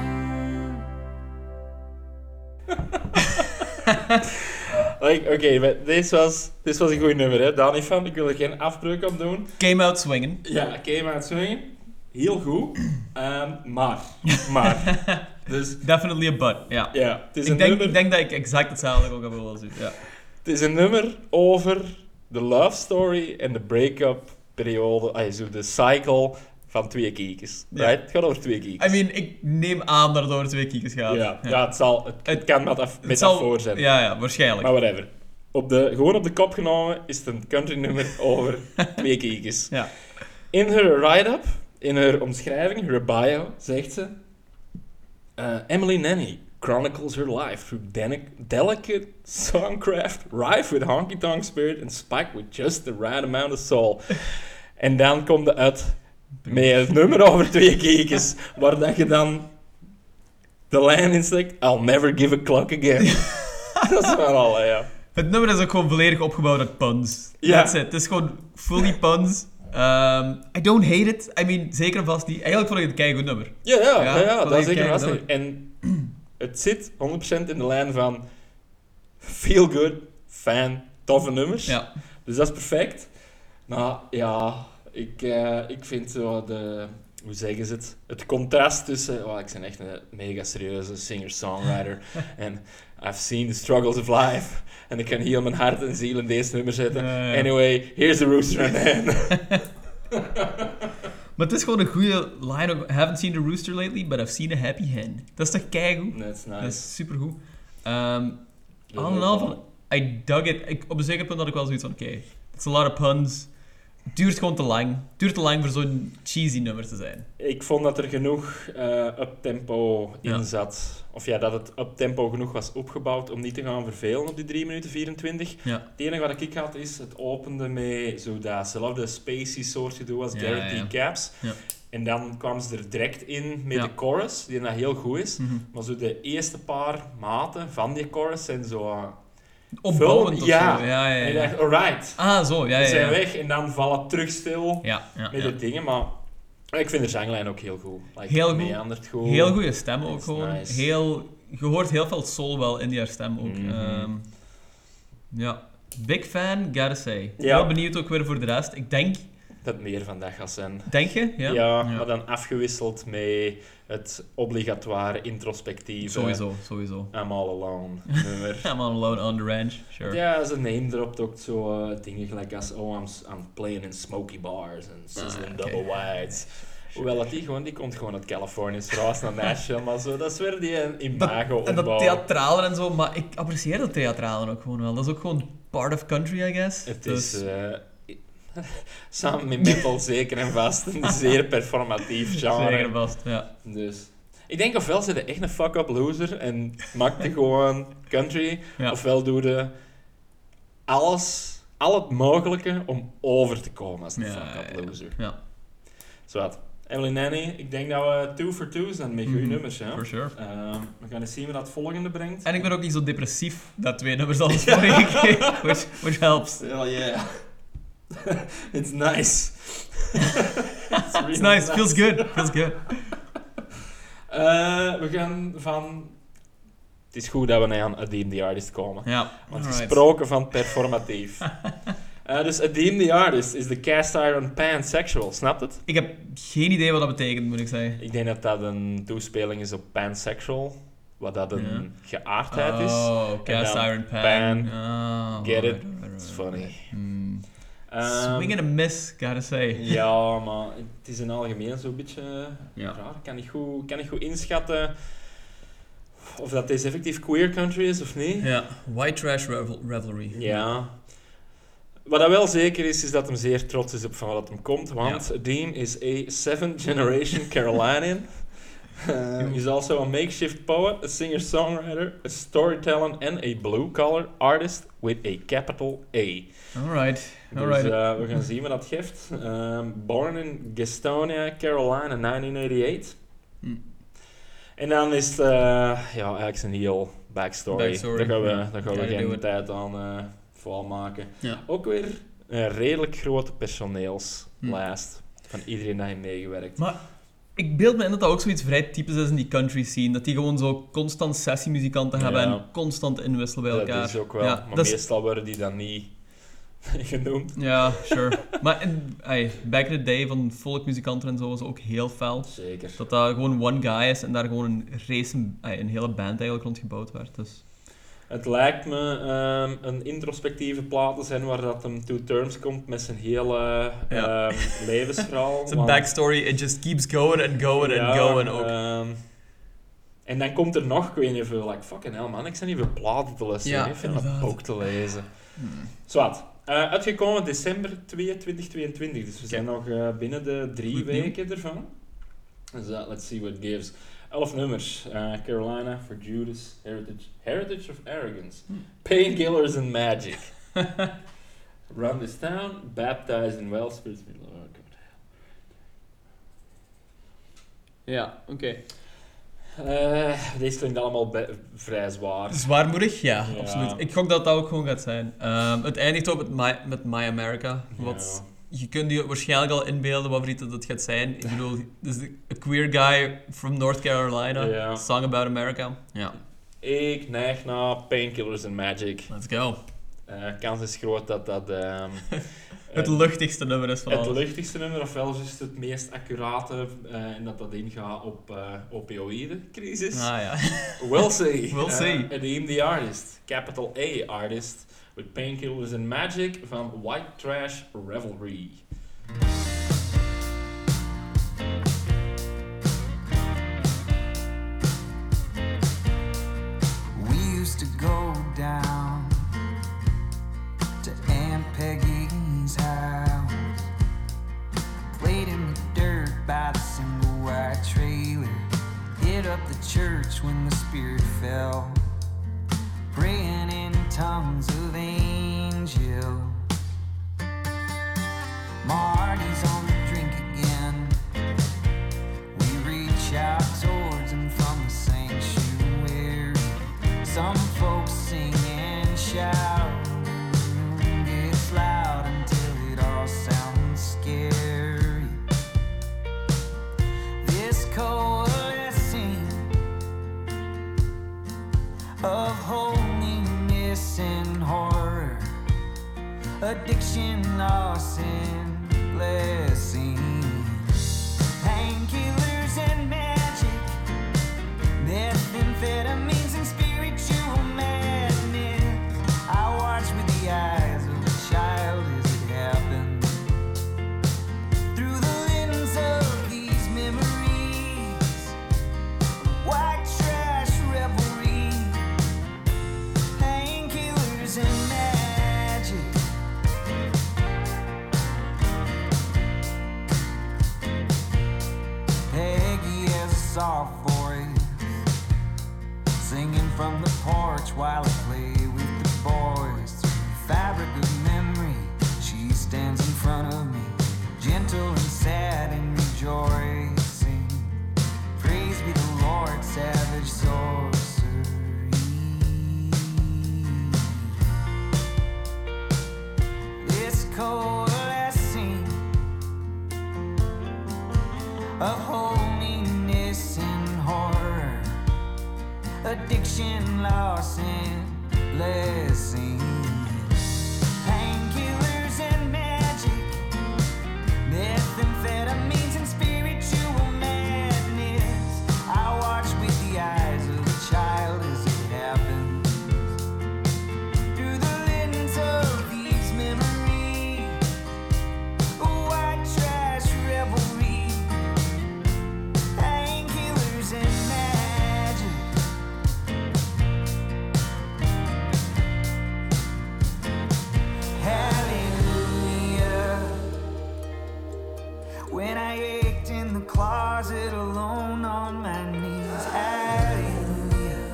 Like, Oké, okay, dit was, dit was een goed nummer, hè? Daar niet van. Ik wil er geen afbreuk op doen. Came out swinging. Ja, came out swinging. Heel goed. Um, maar. Maar. Dus, Definitely a butt, ja. ja. Het is Ik een denk, nummer... ik denk dat ik exact hetzelfde ook heb willen zien. Ja. Het is een nummer over de love story en de break-up periode. Ah, zo de cycle van twee kiekjes. Ja. Right? Het gaat over twee kiekjes. I mean, ik neem aan dat het over twee kiekers gaat. ja, ja. het, zal, het, het kan met af, Het metafoor zal- zijn. Ja, ja, waarschijnlijk. Maar whatever. Op de, gewoon op de kop genomen is het een country nummer over twee kiekjes. Ja. In haar write-up, in haar omschrijving, haar bio, zegt ze... Uh, Emily Nanny chronicles her life through deni- delicate songcraft, rife with honky-tonk spirit and spiked with just the right amount of soul. En dan komt het uit met het nummer over twee kiekjes, waar dat je dan de lijn insteekt, I'll never give a clock again. Dat is wel al, ja. Het nummer is ook gewoon volledig opgebouwd uit puns. Ja. That's it. Het is gewoon fully puns. Um, I don't hate it. I mean, zeker en vast niet. Eigenlijk vond ik het een keigoed nummer. Ja, ja, Ja, ja, ja, dat dat is denk ik zeker wel. vast. En het zit honderd procent in de lijn van feel good, fan, toffe nummers. Ja. Dus dat is perfect. Nou, ja, ik, uh, ik vind zo de... Hoe zeggen ze het? Het contrast tussen... Oh, ik ben echt een mega serieuze singer-songwriter. En I've seen the struggles of life. En ik kan heel mijn hart en ziel in deze nummer zetten. Ja, ja. Anyway, here's the rooster and hen. Maar het is gewoon een goede line. Ook, I haven't seen the rooster lately, but I've seen a happy hen. Dat is toch keigoed? That's nice. Dat is supergoed. Um, Dat al is en ook al wel- van... I dug it. Ik, op een zeker punt had ik wel zoiets van... Oké, okay, it's a lot of puns. Het duurt gewoon te lang. Het duurt te lang voor zo'n cheesy nummer te zijn. Ik vond dat er genoeg uh, uptempo in Ja. zat. Of ja, dat het uptempo genoeg was opgebouwd om niet te gaan vervelen op die drie minuten vierentwintig. Ja. Het enige wat ik had is, het opende met zo datzelfde spacey soort gedoe als Ja, Garrett ja. D. Caps. Ja. En dan kwamen ze er direct in met Ja. de chorus, die dat heel goed is. Mhm. Maar zo de eerste paar maten van die chorus zijn zo... uh, Opbouwend of ja. zo. Ja, ja, En je ja. dacht, alright, Ah, zo. Ja, we ja, zijn ja. weg. En dan vallen het terug stil Ja, ja, met ja. de dingen. Maar ik vind de zanglijn ook heel goed. Like, Heel goed. meandert goed. Heel goede stem ook Dat is gewoon. nice. Heel, je hoort heel veel soul wel in die haar stem ook. Mhm. Ehm, ja. Big fan, gotta say. Ja. Heel benieuwd ook weer voor de rest. Ik denk... Dat meer vandaag gaat zijn. Denk je? Ja? Ja, maar dan afgewisseld met het obligatoire introspectieve Sowieso, sowieso. I'm All Alone nummer. I'm all alone on the ranch. Sure. Ja, ze name dropt ook zo uh, dingen gelijk als oh, I'm, I'm playing in smoky bars en sizzling Ah, oké. double whites. Hoewel dat die gewoon, die komt gewoon uit Californië, is verhuisd naar Nashville, maar zo, dat is weer die uh, imago En dat opbouw. theatrale en zo, maar ik apprecieer dat theatrale ook gewoon wel. Dat is ook gewoon part of country, I guess. Het Dus- is uh, samen met metal zeker en vast een zeer performatief genre. Zeker vast, ja. Dus ik denk ofwel ze de echt een fuck-up loser en maakt je gewoon country, Ja. ofwel doe je alles, al het mogelijke om over te komen als een Ja, fuck-up ja, loser. Ja, Zo wat. Emily Nanny, ik denk dat we two for two zijn met goede Mhm, nummers. Ja? for sure. Ehm, we gaan eens zien wat dat volgende brengt. En ik ben ook niet zo depressief, dat twee nummers als vorige keer, which, which helps. Hell yeah. It's nice. It's really It's nice, feels good, feels good. Eh, we gaan van... Het is goed dat we aan Adeem the Artist komen. Ja, Want alright. gesproken van performatief. Eh, dus Adeem the Artist is de cast iron pansexual, snapt het? Ik heb geen idee wat dat betekent, moet ik zeggen. Ik denk dat dat een toespeling is op pansexual. Wat dat een geaardheid is. Oh, cast dan iron pan. pan. Oh, Get alright, it? alright, alright, It's alright. funny. Hmm. Ehm, Swing and a miss, gotta say. Ja, maar het is in het algemeen zo'n beetje Ja. raar. Ik kan niet goed, kan niet goed inschatten of dat deze effectief queer country is of niet. Ja, white trash revel revelry. Ja. Wat dat wel zeker is, is dat hem zeer trots is op van wat hem komt, want Ja. Adeem is a seventh generation Carolinian. Uh, he's also a makeshift poet, a singer-songwriter, a storyteller and a blue-collar artist with a capital A. Alright, Dus alright. uh, we gaan zien wat dat geeft. Um, born in Gastonia, Carolina, negentien eighty-eight. Hm. En dan is het uh, ja, eigenlijk zijn heel backstory. Backstory, Daar gaan we, ja. daar gaan we Gotta do geen it. tijd aan uh, volmaken. Ja. Ook weer een redelijk grote personeelslijst van iedereen die heeft meegewerkt. Maar ik beeld me in dat dat ook zoiets vrij typisch is in die country scene. Dat die gewoon zo constant sessiemuzikanten hebben Ja. en constant inwisselen bij elkaar. Dat is ook wel, Ja, maar dat is- meestal worden die dan niet genoemd. Ja, sure. Maar in, ay, back in the day van folkmuzikanten en zo was ook heel fel. Zeker. Dat dat gewoon one guy is en daar gewoon een race, ay, een hele band eigenlijk rond gebouwd werd. Dus. Het lijkt me ehm, een introspectieve plaat te zijn waar dat hem to terms komt met zijn hele Ja. ehm, levensverhaal. Zijn want- backstory, it just keeps going and going and Ja, going ook. ehm, en dan komt er nog, ik weet niet hoeveel, like, fucking hell man, ik zijn niet veel platen te luisteren, Ja, ik vind dat inderdaad. ook te lezen. Hmm. Zwat. Uh, uitgekomen december tweede twintig tweeëntwintig, dus we zijn nog uh, binnen de drie Goed nieuw. weken ervan. Dus uh, let's see what it gives. Elf nummers. Uh, Carolina, For Judas, Heritage, Heritage of Arrogance, Hmm. Painkillers and Magic, Run This Town, Baptized in Wellspring. Oh, God. Ja, oké. Uh, deze klinkt allemaal be- vrij zwaar. Zwaarmoedig, ja, Ja. absoluut. Ik gok dat dat ook gewoon gaat zijn. Ehm, het eindigt ook met My, met My America. Wat, je kunt je waarschijnlijk al inbeelden wat voor iets dat het gaat zijn. Ik bedoel, dus a queer guy from North Carolina, Ja. song about America. Ja, Ik neig naar Painkillers and Magic. let's go. Uh, kans is groot dat dat... Um, Het luchtigste nummer is van Het alles. luchtigste nummer, ofwel juist het meest accurate, uh, en dat dat ingaat op uh, opioïde-crisis. Ah ja. We'll see. We'll see. Uh, Name the Artist. Capital A Artist. With Painkillers and Magic van White Trash Revelry. We used to go down to Aunt Peggy's house. Played in the dirt by the single wide trailer. Hit up the church when the spirit fell. Praying in tongues of angel. Marty's on the drink again. We reach out towards him from the sanctuary. Some folks sing and shout. Gets loud until it all sounds scary. This coalescing of holiness and horror, addiction, loss and blessing, painkillers and magic, methamphetamines and spiritual madness. I watch with the eyes of a child as it happens, through the lens of these memories. White trash revelry, painkillers and magic. Peggy has a soft voice, singing from the porch while I play with the boys. Through the fabric of memory, she stands in front of me, gentle and sad and rejoicing. Praise be the Lord, savage sorcery. This coalescing of holiness and horror, addiction, loss and blessing, painkillers and magic, methamphetamines and spiritual madness. I watch with the eyes of a child as it happens, through the lens of these memories. White trash revelry, painkillers and magic. Hallelujah. When I ached in the closet alone on my knees, hallelujah.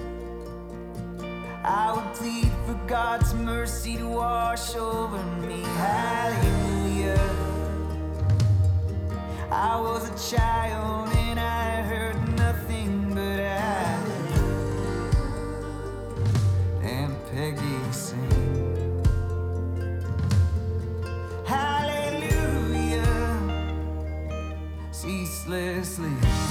I would plead for God's mercy to wash over me, hallelujah. I was a child and I heard nothing but I and Peggy sing. Hallelujah, ceaselessly.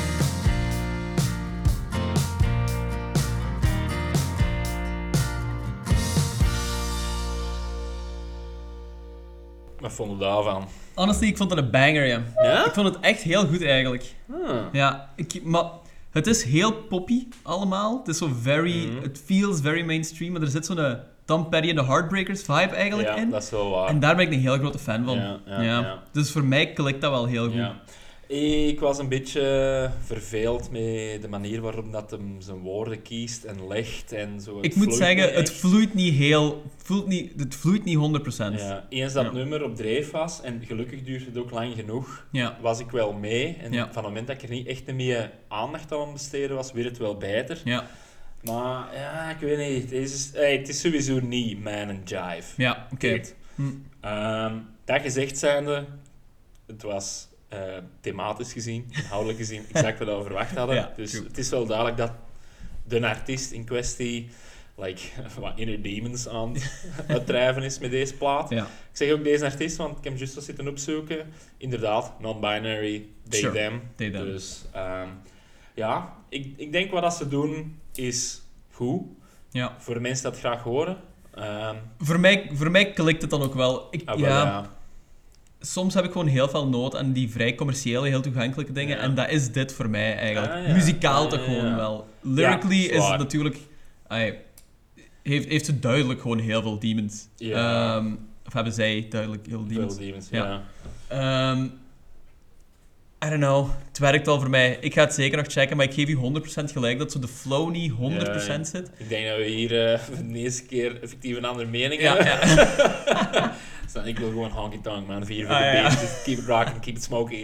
Wat vond je daarvan? Honestly, ik vond het een banger, ja. Ja? Ik vond het echt heel goed, eigenlijk. Ah. Ja, ik, maar het is heel poppy, allemaal. Het is zo very... Mhm. Het feels very mainstream, maar er zit zo'n Tom Petty en de Heartbreakers vibe eigenlijk Ja, in. dat is wel waar. En daar ben ik een heel grote fan van. Ja, ja, ja. Dus voor mij klikt dat wel heel goed. Ja. Ik was een beetje verveeld met de manier waarop dat hem zijn woorden kiest en legt en zo. Het Ik moet vloeit zeggen, niet het echt. vloeit niet heel... Voelt niet, het vloeit niet honderd procent. Ja, eens dat Ja. nummer op dreef was, en gelukkig duurde het ook lang genoeg, Ja. was ik wel mee. En Ja. van het moment dat ik er niet echt meer aandacht aan besteden was, werd het wel beter. Ja. Maar ja, ik weet niet. Het is, hey, het is sowieso niet Man and Jive. Ja, oké. Kijk, Hm. ehm, dat gezegd zijnde, het was eh, thematisch gezien, inhoudelijk gezien, exact wat we verwacht hadden. Ja, dus true. het is wel duidelijk dat de artiest in kwestie like, wat inner demons aan het uitdrijven is met deze plaat. Ja. Ik zeg ook deze artiest, want ik heb hem juist al zitten opzoeken. Inderdaad, non-binary, they, Sure, them. they, them. Dus ehm, ja, ik, ik denk wat dat ze doen is goed. Ja. Voor de mensen dat graag horen. Ehm, Voor mij, voor mij klikt het dan ook wel. Ik, ah, wel, ja, ja. soms heb ik gewoon heel veel nood aan die vrij commerciële, heel toegankelijke dingen. Ja. En dat is dit voor mij eigenlijk. Ah, ja. Muzikaal Ja, toch ja, gewoon ja. wel. Lyrically Ja, is zwaar. het natuurlijk... ai, heeft, heeft ze duidelijk gewoon heel veel demons. Ja. Ehm, of hebben zij duidelijk heel veel demons. Veel demons, Ja. ja. Ehm, I don't know. Het werkt al voor mij. Ik ga het zeker nog checken, maar ik geef u honderd procent gelijk dat zo de flow niet honderd procent Ja, zit. Ik denk dat we hier uh, de eerste keer effectief een andere mening Ja, hebben. ja. Dus dan, ik wil gewoon honky tonk, man. Vier voor Ah, de ja. beat. Just keep it rocking, keep it smoky.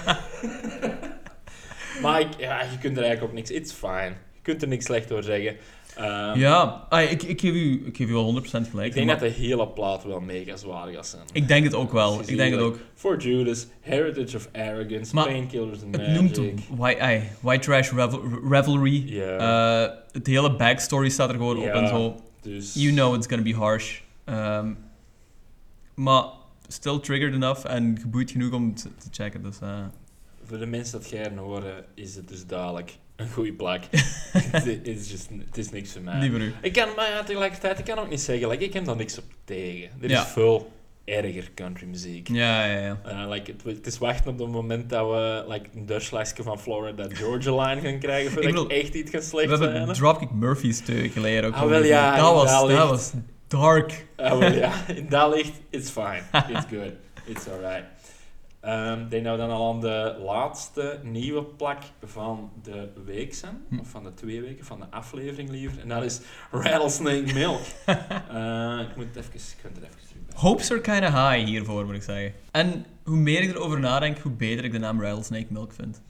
Maar ik, ja, je kunt er eigenlijk ook niks... It's fine. Je kunt er niks slecht door zeggen. Ehm, Ja, ai, ik, ik, geef u, ik geef u wel honderd procent gelijk. Ik denk maar- dat de hele plaat wel mega zwaar gaat zijn. Ik denk het ook wel. Dus Ik denk het ook. For Judas, Heritage of Arrogance, Maar Painkillers and Het Magic. noemt white, ai, white Trash revel- Revelry. Ja. Eh, het hele backstory staat er gewoon op Ja. en zo. Dus... You know it's gonna be harsh. Ehm, maar still triggered enough en geboeid genoeg om te, te checken. Dus, eh, Voor de mensen dat jij horen, is het dus dadelijk een goede plak. Het is just, het is niks voor mij. liever u. Ik kan, maar ja, tegelijkertijd, ik kan ook niet zeggen, like, ik heb daar niks op tegen. Er Ja. is veel erger countrymuziek. Ja, ja, ja. Uh, like, het, het is wachten op het moment dat we like, een Dutchlasje van Florida Georgia Line gaan krijgen, voordat ik, bedoel, echt iets gaat We slecht hebben zijn. Dropkick Murphys twee geleden ook Ah, gewoon wel, gezien. ja, dat, was, dat dat ligt. was dark. Ah, wel, ja, in dat licht, it's fine. It's good. It's alright. Ehm, ik denk dat we dan al aan de laatste nieuwe plak van de week zijn. Hm. Of van de twee weken, van de aflevering liever. En dat is Rattlesnake Milk. Eh, ik moet het even... Ik kan het er even terug bij. Hopes are kinda high hiervoor, moet ik zeggen. En hoe meer ik erover nadenk, hoe beter ik de naam Rattlesnake Milk vind.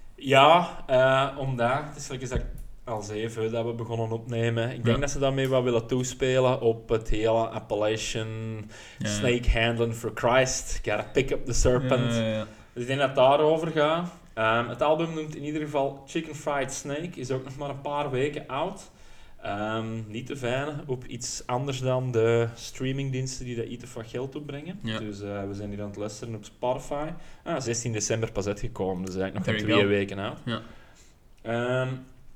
Ja, eh, omdat... Het is like, is dat al zeven dat we begonnen opnemen. Ik denk Ja. dat ze daarmee wat willen toespelen op het hele Appalachian Ja. Snake Handling for Christ. Gotta pick up the serpent. Ja, ja, ja. Dus ik denk dat het daarover gaat. Ehm, het album noemt in ieder geval Chicken Fried Snake. Is ook nog maar een paar weken oud. Ehm, niet te fijn op iets anders dan de streamingdiensten die dat iets of wat geld opbrengen. Ja. Dus eh, we zijn hier aan het luisteren op Spotify. Ah, zestien december pas uitgekomen, dus eigenlijk nog There maar you twee go. weken oud. Ja. Ehm,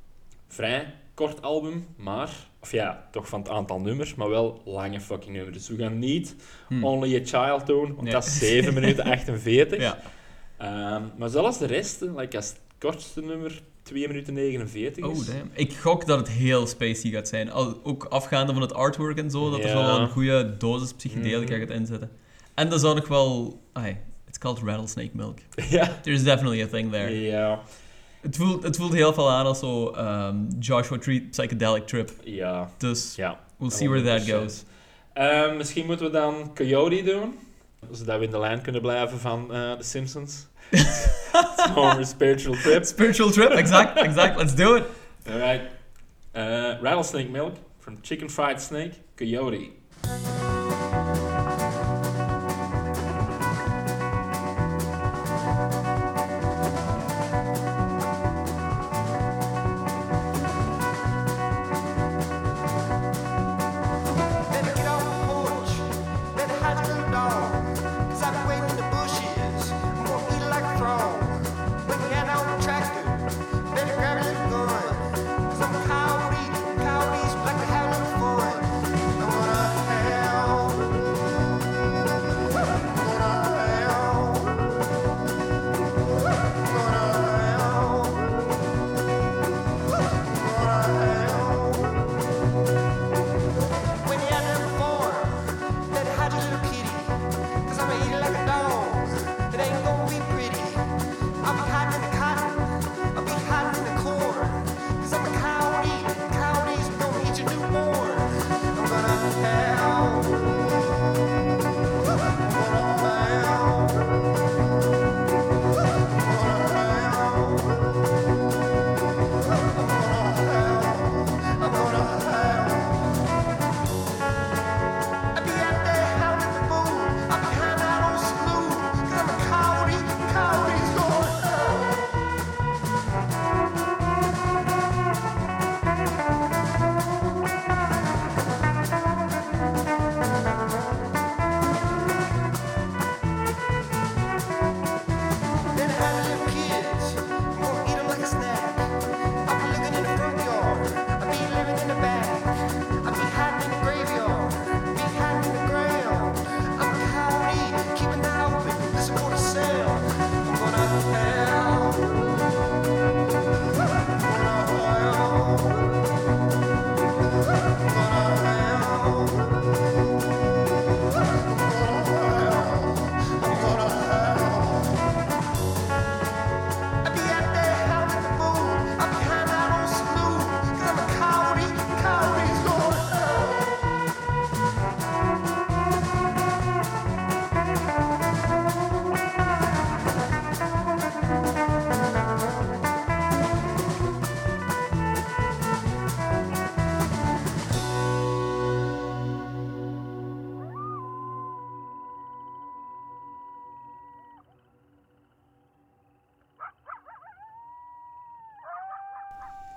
vrij kort album, maar... Of ja, toch van het aantal nummers, maar wel lange fucking nummers. Dus we gaan niet Hm. Only a Child doen, want Nee. dat is zeven minuten achtenveertig. Ja. Ehm, maar zelfs de rest, like als het kortste nummer twee minuten negenenveertig Oh, is. damn. Ik gok dat het heel spacey gaat zijn. Al, ook afgaande van het artwork en zo, dat er Ja. zo een goede dosis psychedelica Mhm. gaat inzetten. En dat zou nog wel... Ai, it's called Rattlesnake Milk. Ja. There's definitely a thing there. Ja. Het, voelt, het voelt heel veel aan als zo ehm, Joshua Tree Psychedelic Trip. Ja. Dus Ja. we'll see where that honderd goes. procent. Ehm, misschien moeten we dan Coyote doen, zodat we in de lijn kunnen blijven van eh The Simpsons. It's Homer's spiritual trip. Spiritual Trip, exact, exact. Let's do it. Alright. Uh, Rattlesnake Milk from Chicken Fried Snake, Coyote. Let me get off the porch, let the house cool down. Cause I've been waiting in the bushes, I'm gonna eat like a frog. When you get out the tractor, better grab a little gun. Cause I'm a coyote, coyotes like to have a little fun. I'm gonna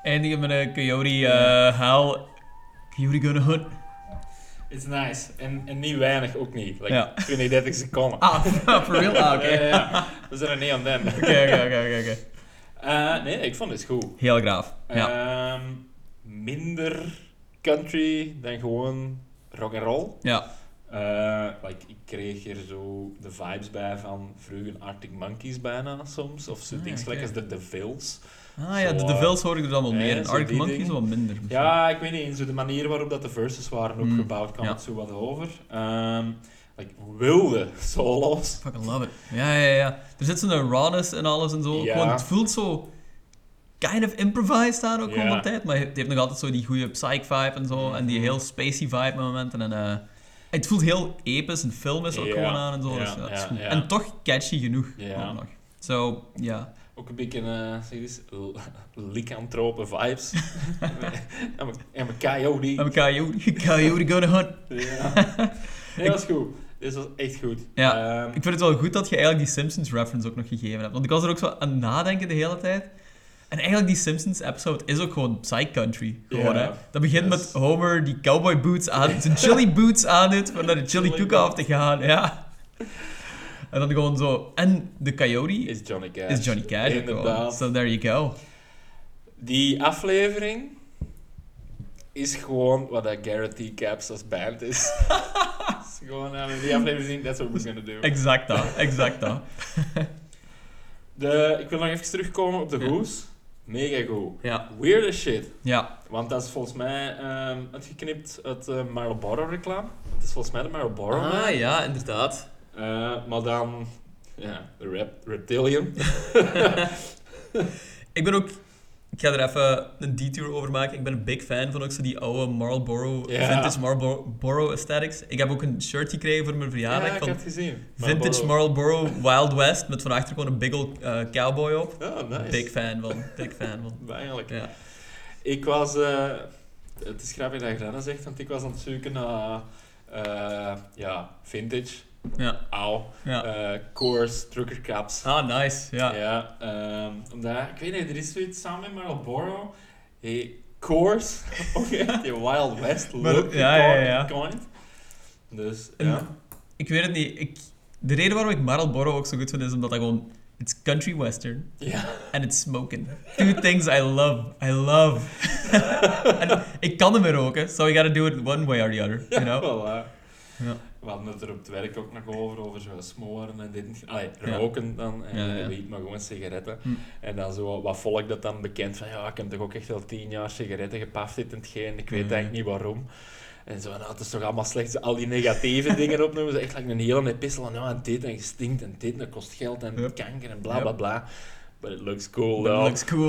eindigen met een coyote uh, haal. Coyote gonna hunt. It's nice. En, en niet weinig ook niet. Like Ja. twintig, dertig seconden. Ah, for real? Ah, oké. Ja, ja, ja. We zijn er niet aan den. Oké, oké, oké, oké. Eh, nee, ik vond het goed. Heel graaf. Ja. Ehm, minder country dan gewoon rock and roll. Ja. Uh, like, ik kreeg er zo de vibes bij van vroeger Arctic Monkeys bijna soms. Of zo Ah, dingen oké. gelijk als de DeVils. Ah ja, de Zo, DeVils hoor ik er dan wel eh, meer in. zo Arctic die Monkeys dingen. wel minder. misschien. Ja, ik weet niet. In zo de manier waarop dat de verses waren Mm, opgebouwd kwam ja. het zo wat over. Ehm, like, wilde solo's. Fucking love it. Ja, ja, ja. Er zit zo'n rawness en alles en zo. Ja. Gewoon, het voelt zo kind of improvised aan ook Ja. gewoon van tijd. Maar het heeft nog altijd zo die goede psych vibe en zo. En die heel spacey vibe met momenten. En uh, het voelt heel episch en filmisch ook Ja. gewoon aan en zo. Ja, Dus, ja, het is ja, goed. ja. En toch catchy genoeg. Ja. ook nog. Zo, ja. Ook een beetje, uh, zeg eens, l- lycantrope vibes. en mijn- en mijn coyote. I'm a coyote. Coyote gonna hunt. Ja. Nee, dat is goed. Dit was echt goed. Ja. Ehm, Ik vind het wel goed dat je eigenlijk die Simpsons reference ook nog gegeven hebt. Want ik was er ook zo aan het nadenken de hele tijd. En eigenlijk die Simpsons episode is ook gewoon psych country. Gewoon, Ja. hè. Dat begint Yes. met Homer die cowboy boots aan, zijn chili boots aan doet, om naar de chili Chili cook-off te gaan. Ja. En dan gewoon zo... En de coyote is Johnny Cash. is Johnny Cash. ook gewoon. Inderdaad. So there you go. Die aflevering is gewoon wat dat Garrett T. Caps als band is. is gewoon, uh, die aflevering zien, that's what we're gonna do. Exact dat. Exact dat. De, ik wil nog even terugkomen op de Ja. goes. Mega goed. Ja. Weird as shit. Ja. Want dat is volgens mij ehm uitgeknipt uit de Marlboro reclame. Het is volgens mij de Marlboro. man. Ah, ja, inderdaad. Eh, maar dan, ja, de rep, Reptilian. Ik ben ook... Ik ga er even een detour over maken. Ik ben een big fan van ook zo die oude Marlboro, Ja. vintage Marlboro aesthetics. Ik heb ook een shirt gekregen voor mijn verjaardag Ja, ik van heb het gezien. vintage Marlboro Wild West met van achter gewoon een big ol' uh, cowboy op. Oh, nice. Big fan van. Big fan van. Eigenlijk. Ja. Ik was... eh, het is grappig dat je dat zegt, want ik was aan het zoeken naar... eh, ja, vintage. Ja. Auw. Ja. eh Coors, trucker caps. Ah, nice. Ja. Ja, ehm, omdat, ik weet niet, er is zoiets samen met Marlboro. Hey, Coors, ook echt die Wild West Maar- look ja, ja, ja. gecoind. Dus, En- ja. Ik weet het niet. Ik, de reden waarom ik Marlboro ook zo goed vind is omdat dat gewoon... It's country western Ja. and it's smoking. Two things I love. I love. En ik kan hem meer roken, so you gotta do it one way or the other. You know? Voilà. Ja. We hadden het er op het werk ook nog over, over zo smoren en dit. Allee, Ja. roken dan, en Ja, ja. weet maar gewoon sigaretten. Hm. En dan zo wat volk dat dan bekend van, ja, ik heb toch ook echt al tien jaar sigaretten gepaft dit en hetgeen, ik weet Ja. eigenlijk niet waarom. En zo, nou, het is toch allemaal slecht, al die negatieve dingen opnoemen, zo echt like een hele epistel, en ja, en dit en je stinkt en dit en dat kost geld en Yep. kanker en bla bla bla. But it looks cool, But it though. looks cool.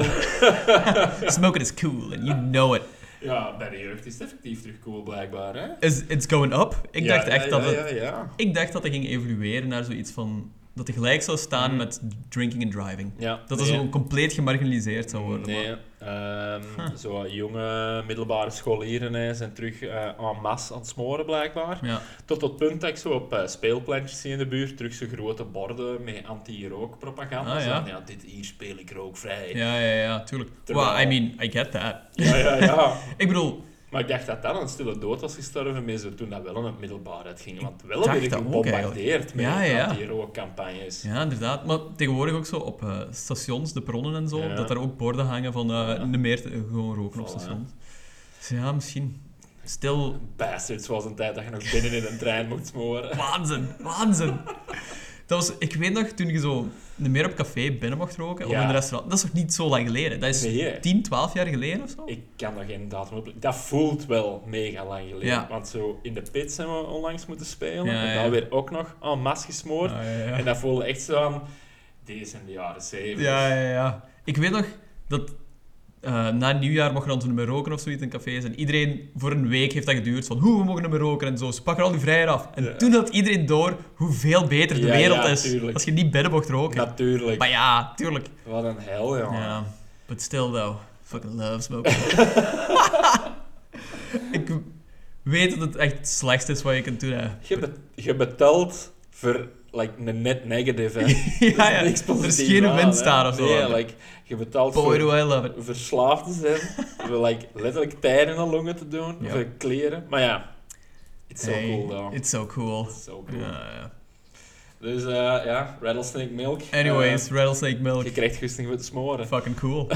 Smoking is cool and you know it. Ja, bij de jeugd is het effectief terug cool, blijkbaar, hè? Is, it's going up. Ik Ja, dacht ja, echt ja, dat het... Ja, ja, Ik dacht dat het ging evolueren naar zoiets van... Dat het gelijk zou staan Mhm. met drinking and driving. ja. Dat het nee. zo compleet gemarginaliseerd zou worden. Nee, maar- ehm, Huh. zo jonge middelbare scholieren hè, zijn terug uh, en masse aan het smoren, blijkbaar. Ja. Tot het punt dat ik zo op uh, speelplantjes zie in de buurt terug zo grote borden met anti-rookpropaganda. Ah, Zo ja. van, ja, dit hier speel ik rookvrij. Ja, ja, ja, tuurlijk. Terwijl- Well, I mean, I get that. ja, ja. ja. Ik bedoel, Maar ik dacht dat dat een stille dood was gestorven met zo toen dat wel in het middelbaar uitging. Want wel dacht werd ik dat ook gebombardeerd met Ja, ja. anti-rookcampagnes. ja, inderdaad. Maar tegenwoordig ook zo op eh, stations, de bronnen en zo, Ja. dat er ook borden hangen van eh Ja. niet meer te- gewoon roken op Voilà. stations. Dus ja, misschien. Stil, Bastards was een tijd dat je nog binnen in een trein mocht smoren. waanzin, waanzin. Dat was, ik weet nog, toen je zo niet meer op café binnen mocht roken, of Ja. in een restaurant, dat is nog niet zo lang geleden. Dat is Nee, hè. tien, twaalf jaar geleden of zo? Ik kan daar geen datum op. Dat voelt wel mega lang geleden. Ja. Want zo in de pits hebben we onlangs moeten spelen. Ja, en ja. daar weer ook nog en masse gesmoord. Ah, ja, ja. En dat voelde echt zo aan... Deze zijn de jaren zeventig. Ja, ja, ja. Ik weet nog dat eh, na nieuwjaar mocht je dan zo niet meer roken of zoiets in cafés. En iedereen voor een week heeft dat geduurd van hoe we mogen niet meer roken en zo. Ze pakken al die vrijheid af. En Ja. toen had iedereen door hoeveel beter de Ja, wereld ja, is tuurlijk. als je niet binnen mocht roken. Natuurlijk. Maar ja, tuurlijk. Wat een hel, jongen. Ja. But still though, fucking love smoking. Ik weet dat het echt het slechtste is wat je kunt doen. Hè. Je, be- je betaalt voor like, een net negative, hè. ja, ja. Er is niks Er is positiefs geen aan, winst hè. daar of zo. Nee, like, je betaalt Boy, voor do I love it. verslaafd te zijn. We like, letterlijk tijd in de longen te doen. Ja. Of kleren. Maar ja, it's so Hey, cool, though. It's so cool. It's so cool. Ja, ja. Dus uh, ja, Rattlesnake Milk. Anyways, Uh, Rattlesnake Milk. je krijgt gusting voor te smoren. Fucking cool.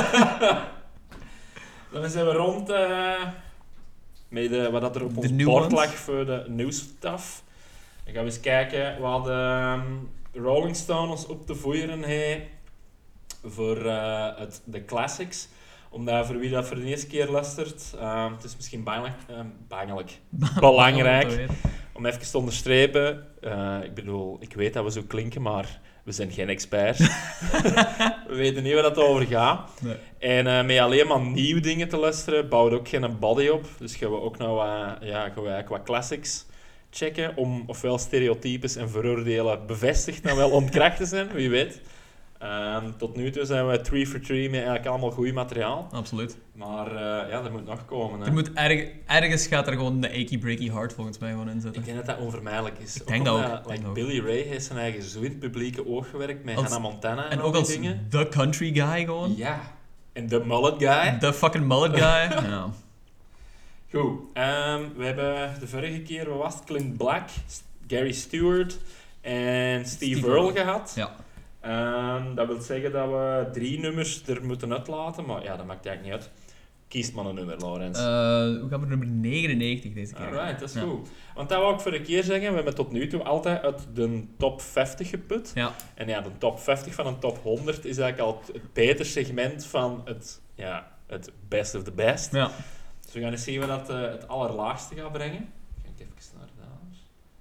Dan zijn we rond uh, met uh, wat dat er op De ons new bord ones. lag voor de nieuwsstuff. Dan gaan we eens kijken wat de um, Rolling Stones op te voeren heeft voor uh, het, de classics. Omdat voor wie dat voor de eerste keer luistert, uh, het is misschien belangrijk, uh, belangrijk, belangrijk om even te onderstrepen. Uh, ik bedoel, ik weet dat we zo klinken, maar we zijn geen experts. We weten niet waar dat over gaat. Nee. En uh, met alleen maar nieuwe dingen te luisteren, bouwt ook geen body op. Dus gaan we ook nog wat, ja, gaan we eigenlijk wat classics checken, om ofwel stereotypes en vooroordelen bevestigd dan wel ontkracht te zijn, wie weet. Um, tot nu toe zijn we three for three met eigenlijk allemaal goed materiaal. Absoluut. Maar uh, ja, dat moet nog komen. Hè. Er moet erg, ergens gaat er gewoon de achy breaky heart volgens mij gewoon in zitten. Ik denk dat dat onvermijdelijk is. Ik denk dat ook. Ik Like, denk Billy Ray heeft zijn eigen zo in het publieke oog gewerkt met Als- Hannah Montana en, En al ook die als dingen. the country guy gewoon. Ja. En de mullet guy. The fucking mullet guy. ja. Goed. Um, we hebben de vorige keer, wat was het? Clint Black, Gary Stewart en Steve, Steve Earle Earle. gehad. Ja. Um, dat wil zeggen dat we drie nummers er moeten uitlaten, maar ja, dat maakt eigenlijk niet uit. Kies maar een nummer, Laurens. Uh, hoe gaan we nummer negenennegentig deze keer? Alright, dat is Ja. goed. Want dat wou ik voor een keer zeggen, we hebben tot nu toe altijd uit de top vijftig geput. Ja. En ja, de top vijftig van een top honderd is eigenlijk al het beter segment van het, ja, het best of the best. Ja. Dus we gaan eens zien wat dat uh, het allerlaagste gaat brengen. Ga ik even naar dames.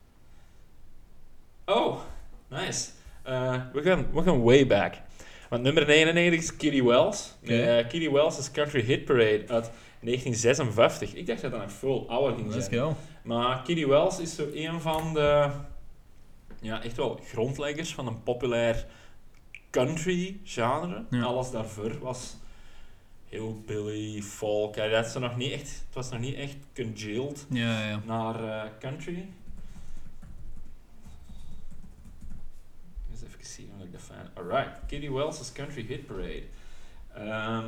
Oh, nice. Uh, we, gaan, we gaan way back. Want nummer negenennegentig is Kitty Wells. Okay. Uh, Kitty Wells is Country Hit Parade uit negentien zesenvijftig. Ik dacht dat dat nog veel ouder ging Let's zijn. go. Maar Kitty Wells is zo een van de ja, echt wel grondleggers van een populair country genre. Ja. Alles daarvoor was hillbilly, folk. Ja, dat is er nog niet echt, het was nog niet echt congealed Ja, ja. naar uh, country. Eens even zien hoe ik dat vind. Alright, Kitty Wells' is Country Hit Parade. Um,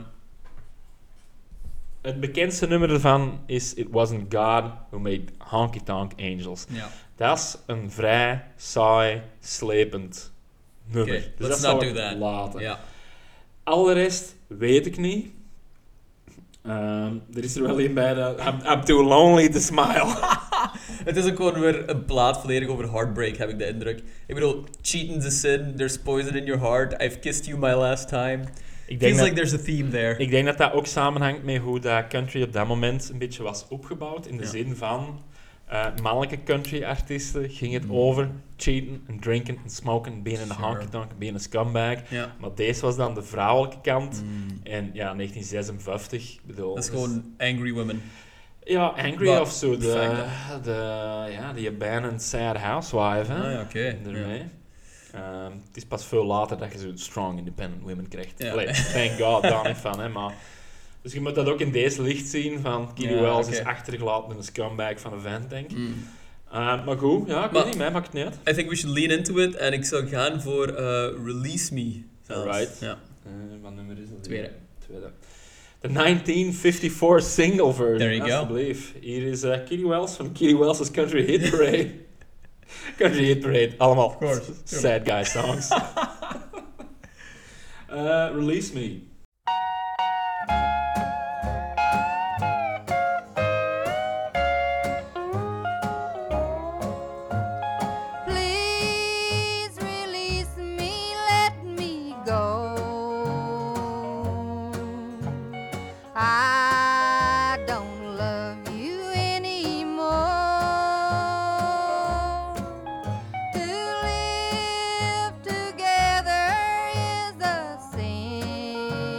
het bekendste nummer ervan is It Wasn't God Who Made Honky Tonk Angels. Ja. Dat is een vrij saai, slepend nummer. Oké, dus let's dat not zal do ik that. laten. Ja. Al de rest weet ik niet. Um, er is er wel een bij de I'm, I'm too lonely to smile. Het is ook gewoon weer een plaat volledig over heartbreak, heb ik de indruk. Ik bedoel, cheating's a sin, there's poison in your heart, I've kissed you my last time. Ik denk, Feels dat, like there's a theme there. ik denk dat dat ook samenhangt met hoe dat country op dat moment een beetje was opgebouwd. In de Ja. zin van uh, mannelijke country-artiesten ging het Mm. over cheaten en drinken en smoken, being in de Sure. honky tonk, being een scumbag. Ja. Maar deze was dan de vrouwelijke kant. Mm. En ja, negentien zesenvijftig, bedoel... Dat is dus- gewoon angry women. Ja, Angry Maar- of zo, de, Fijn, de, ja, die abandoned sad housewife, hè. Ah ja, oké. Daarmee. Ehm, het is pas veel later dat je zo strong independent women krijgt. Ja. Allee, thank God, daar niet van, hè, maar... Dus je moet dat ook in deze licht zien, van Kitty Ja, Wells oké. is achtergelaten met een scumbag van een vent, denk ik. Mm. Ehm, maar goed, ja, ik Maar- weet niet, mij maakt het niet uit. I think we should lean into it en ik zou gaan voor uh, Release Me. zelfs. Alright. Ja. Uh, wat nummer is dat? Tweede. Tweede. De negentien vijfenvijftig single version, There you go. alsjeblieft. Hier is uh, Kitty Wells van Kitty Wells' Country Hit Parade. Country Hit Parade, allemaal Of course. sad guy songs. uh, Release Me. Please release me, let me go. I don't love you anymore. To live together is a sin.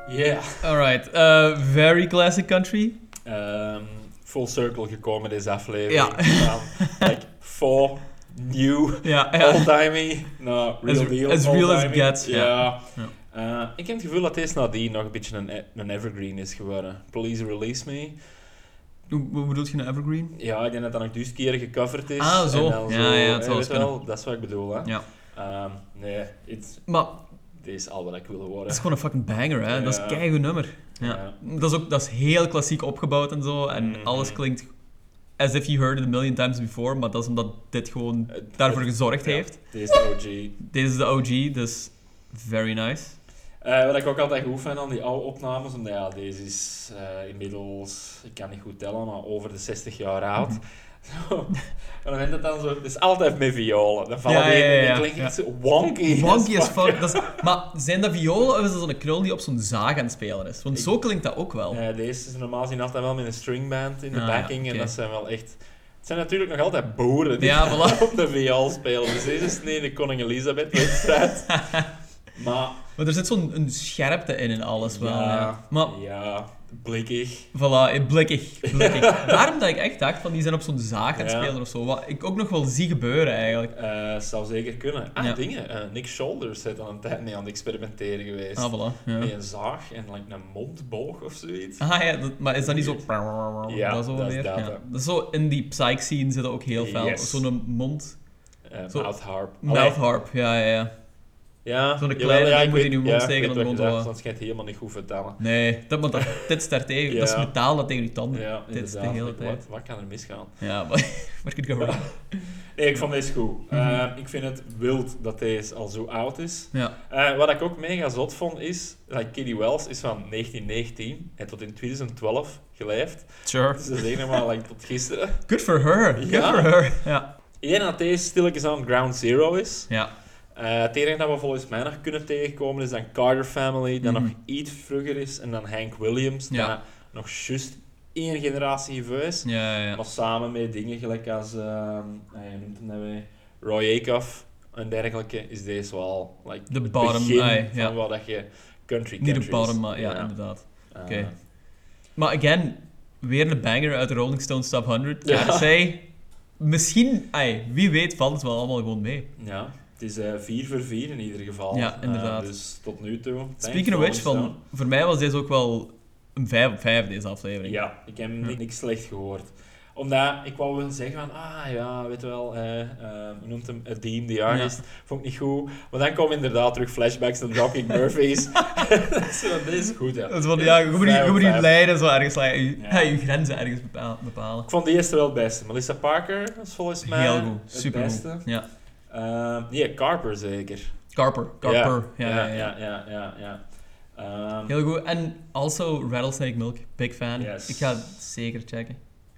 Yeah. Alright, uh, very classic country. Um, full circle gekomen deze aflevering. Ja. Van, like, for new, Ja, ja. old-timey, nou, real As- deal, as real as it old-timey. gets, ja. Ja. Ja. Uh, ik heb het gevoel dat deze nadien nog een beetje een, e- een evergreen is geworden. Please Release Me. Hoe, hoe bedoel je een evergreen? Ja, ik denk dat dat nog duizend keren gecoverd is. Ah, zo. En dan Ja, zo, ja, het eh, zou weet eens wel, dat is wat ik bedoel, hè. Ja. Um, nee, it's, Maar dit is al wat ik wil dat worden. is gewoon een fucking banger, hè. Dat is Ja. een keigoed nummer. Ja. Ja. Dat is ook dat is heel klassiek opgebouwd en zo. En Mhm. alles klinkt as if you heard it a million times before. Maar dat is omdat dit gewoon Het- daarvoor het- gezorgd ja, heeft. Dit is de O G. Dit is de O G, dus very nice. Uh, wat ik ook altijd goed vind aan die oude opnames, omdat ja, deze is uh, inmiddels, ik kan niet goed tellen, maar over de zestig jaar oud. Mhm. Zo. En dan vind het dan zo, het is altijd met violen. Dan vallen Ja, die ja, in, ja, die ja. klinken Ja. echt zo wonky. Wonky as fuck. Dat is, maar zijn dat violen of is dat zo'n krul die op zo'n zaag aan het spelen is? Want Ik- zo klinkt dat ook wel. Ja, deze is normaal gezien altijd wel met een stringband in de Ah, ja, backing. oké. En dat zijn wel echt... Het zijn natuurlijk nog altijd boeren die Ja, voilà. op de viool spelen. Dus deze is niet de Koningin Elisabeth-wedstrijd. maar... Maar er zit zo'n een scherpte in en alles wel. Ja, Ja. Maar ja, blikkig. voilà, eh, blikkig. blikkig. Daarom dat ik echt dacht van die zijn op zo'n zaag aan het Ja. spelen of zo. Wat ik ook nog wel zie gebeuren eigenlijk. Eh zou zeker kunnen. Ah, Ja. dingen. Eh, Nick Shoulders is al een tijd mee aan het experimenteren geweest. Ah, voilà. Ja. Met een zaag en like, een mondboog of zoiets. Ah ja, dat, maar is dat niet zo... Ja, dat, zo dat is weer? dat, Ja. hè. Dat is zo in die psych scene zit dat ook heel fel. Yes. Zo'n mond... Uh, Zo- mouth harp. Mouth harp, ja, ja, ja. Ja, Zo'n jawel, kleine ja, ding ik moet je weet- in je mond ja, steken ik en weet dan wat je gewoon zegt, zo- want je het helemaal niet goed vertellen. Nee, dat, maar dat, dit is daar tegen. Dat is Ja. metaal dat tegen je tanden. Ja, dit is de inderdaad. hele Ik- tijd. Wat, wat kan er misgaan? Ja, maar... Waar kun je gewoon... Nee, ik vond deze goed. Mhm. Eh, ik vind het wild dat deze al zo oud is. Ja. Eh, wat ik ook mega zot vond is, like Kitty Wells is van negentien negentien en tot in twintig twaalf geleefd. Sure. Dus dat is helemaal like, tot gisteren. Good for her. Good Ja. for her. Ja. Ik denk dat deze stilletjes aan Ground Zero is. Ja. Eh, het enige dat we volgens mij nog kunnen tegenkomen is dan Carter Family, dat Mhm. nog iets vroeger is, en dan Hank Williams, Ja. dat nog juist één generatie voor is. Ja, ja. Maar samen met dingen gelijk als, uh, je noemt hem dat weer, Roy Acuff en dergelijke, is deze wel like, De het bottom, begin aye, van ja. wat dat je country Niet de country is. bottom, maar ja, inderdaad. Eh, Oké. Maar again, weer een banger uit de Rolling Stones Top honderd. Ja. Ja, say, misschien, ay, wie weet, valt het wel allemaal gewoon mee. Ja, het is eh, vier voor vier in ieder geval. Ja, Eh, inderdaad. dus tot nu toe. thanks, Speaking of which, Rolling van, voor mij was deze ook wel een vijf op vijf, deze aflevering. Ja, ik heb ni- niks slecht gehoord. Omdat ik wou wel zeggen van, ah ja, weet je wel, eh, eh, hoe noemt hem, Adeem, the artist, vond ik niet goed. Maar dan komen inderdaad terug flashbacks naar Dropkick Murphys. Zo, dit is goed, ja. Dat is van, ja, je moet, die, Vijf je op moet die vijf. lijnen zo ergens leggen, je, Ja. ja, je grenzen ergens bepaal- bepalen. Ik vond die eerste wel het beste. Melissa Parker is volgens mij Heel goed, het super beste. goed. Ja. Uh, nee, Carper zeker. Carper, Carper, ja, ja, ja. ja, ja, ja, ja. Ehm, Heel goed. En also Rattlesnake Milk, big fan. Yes. Ik ga het zeker checken.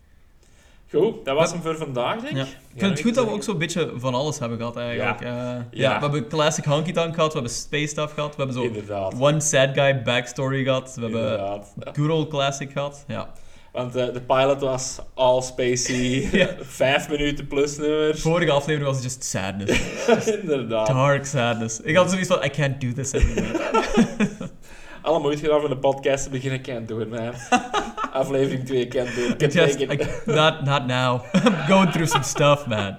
Goed, dat was hem voor vandaag, denk ik. Ja. Ja, Ik vind het goed dat we zeggen. ook zo'n beetje van alles hebben gehad eigenlijk. Ja, ja. Ja. we hebben classic honky tonk gehad, we hebben space stuff gehad, we hebben zo Inderdaad. one sad guy backstory gehad, we hebben Inderdaad. Ja. good old classic gehad. Ja. Want eh, de pilot was all spacey, Ja. vijf minuten plus nummer. Vorige aflevering was just sadness. Inderdaad. Dark sadness. Ik had zoiets van, I can't do this anymore. Alle moeite gedaan om een podcast te beginnen, ik can't do it, man. Aflevering twee, can't do it. I Can't just, take it. I, not, not now. I'm going through some stuff, man.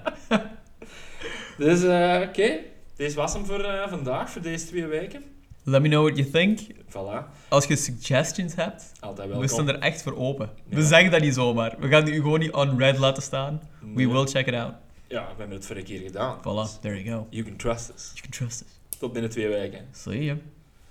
Dus, eh, oké. Deze was hem voor eh, vandaag, voor deze twee weken. Let me know what you think. Voilà. Als je suggestions hebt, Altijd we welkom. staan er echt voor open. We Ja. zeggen dat niet zomaar. We gaan u gewoon niet on red laten staan. We Nee. will check it out. Ja, we hebben het voor een keer gedaan. Voilà, there you go. You can trust us. You can trust us. Tot binnen twee weken. See you.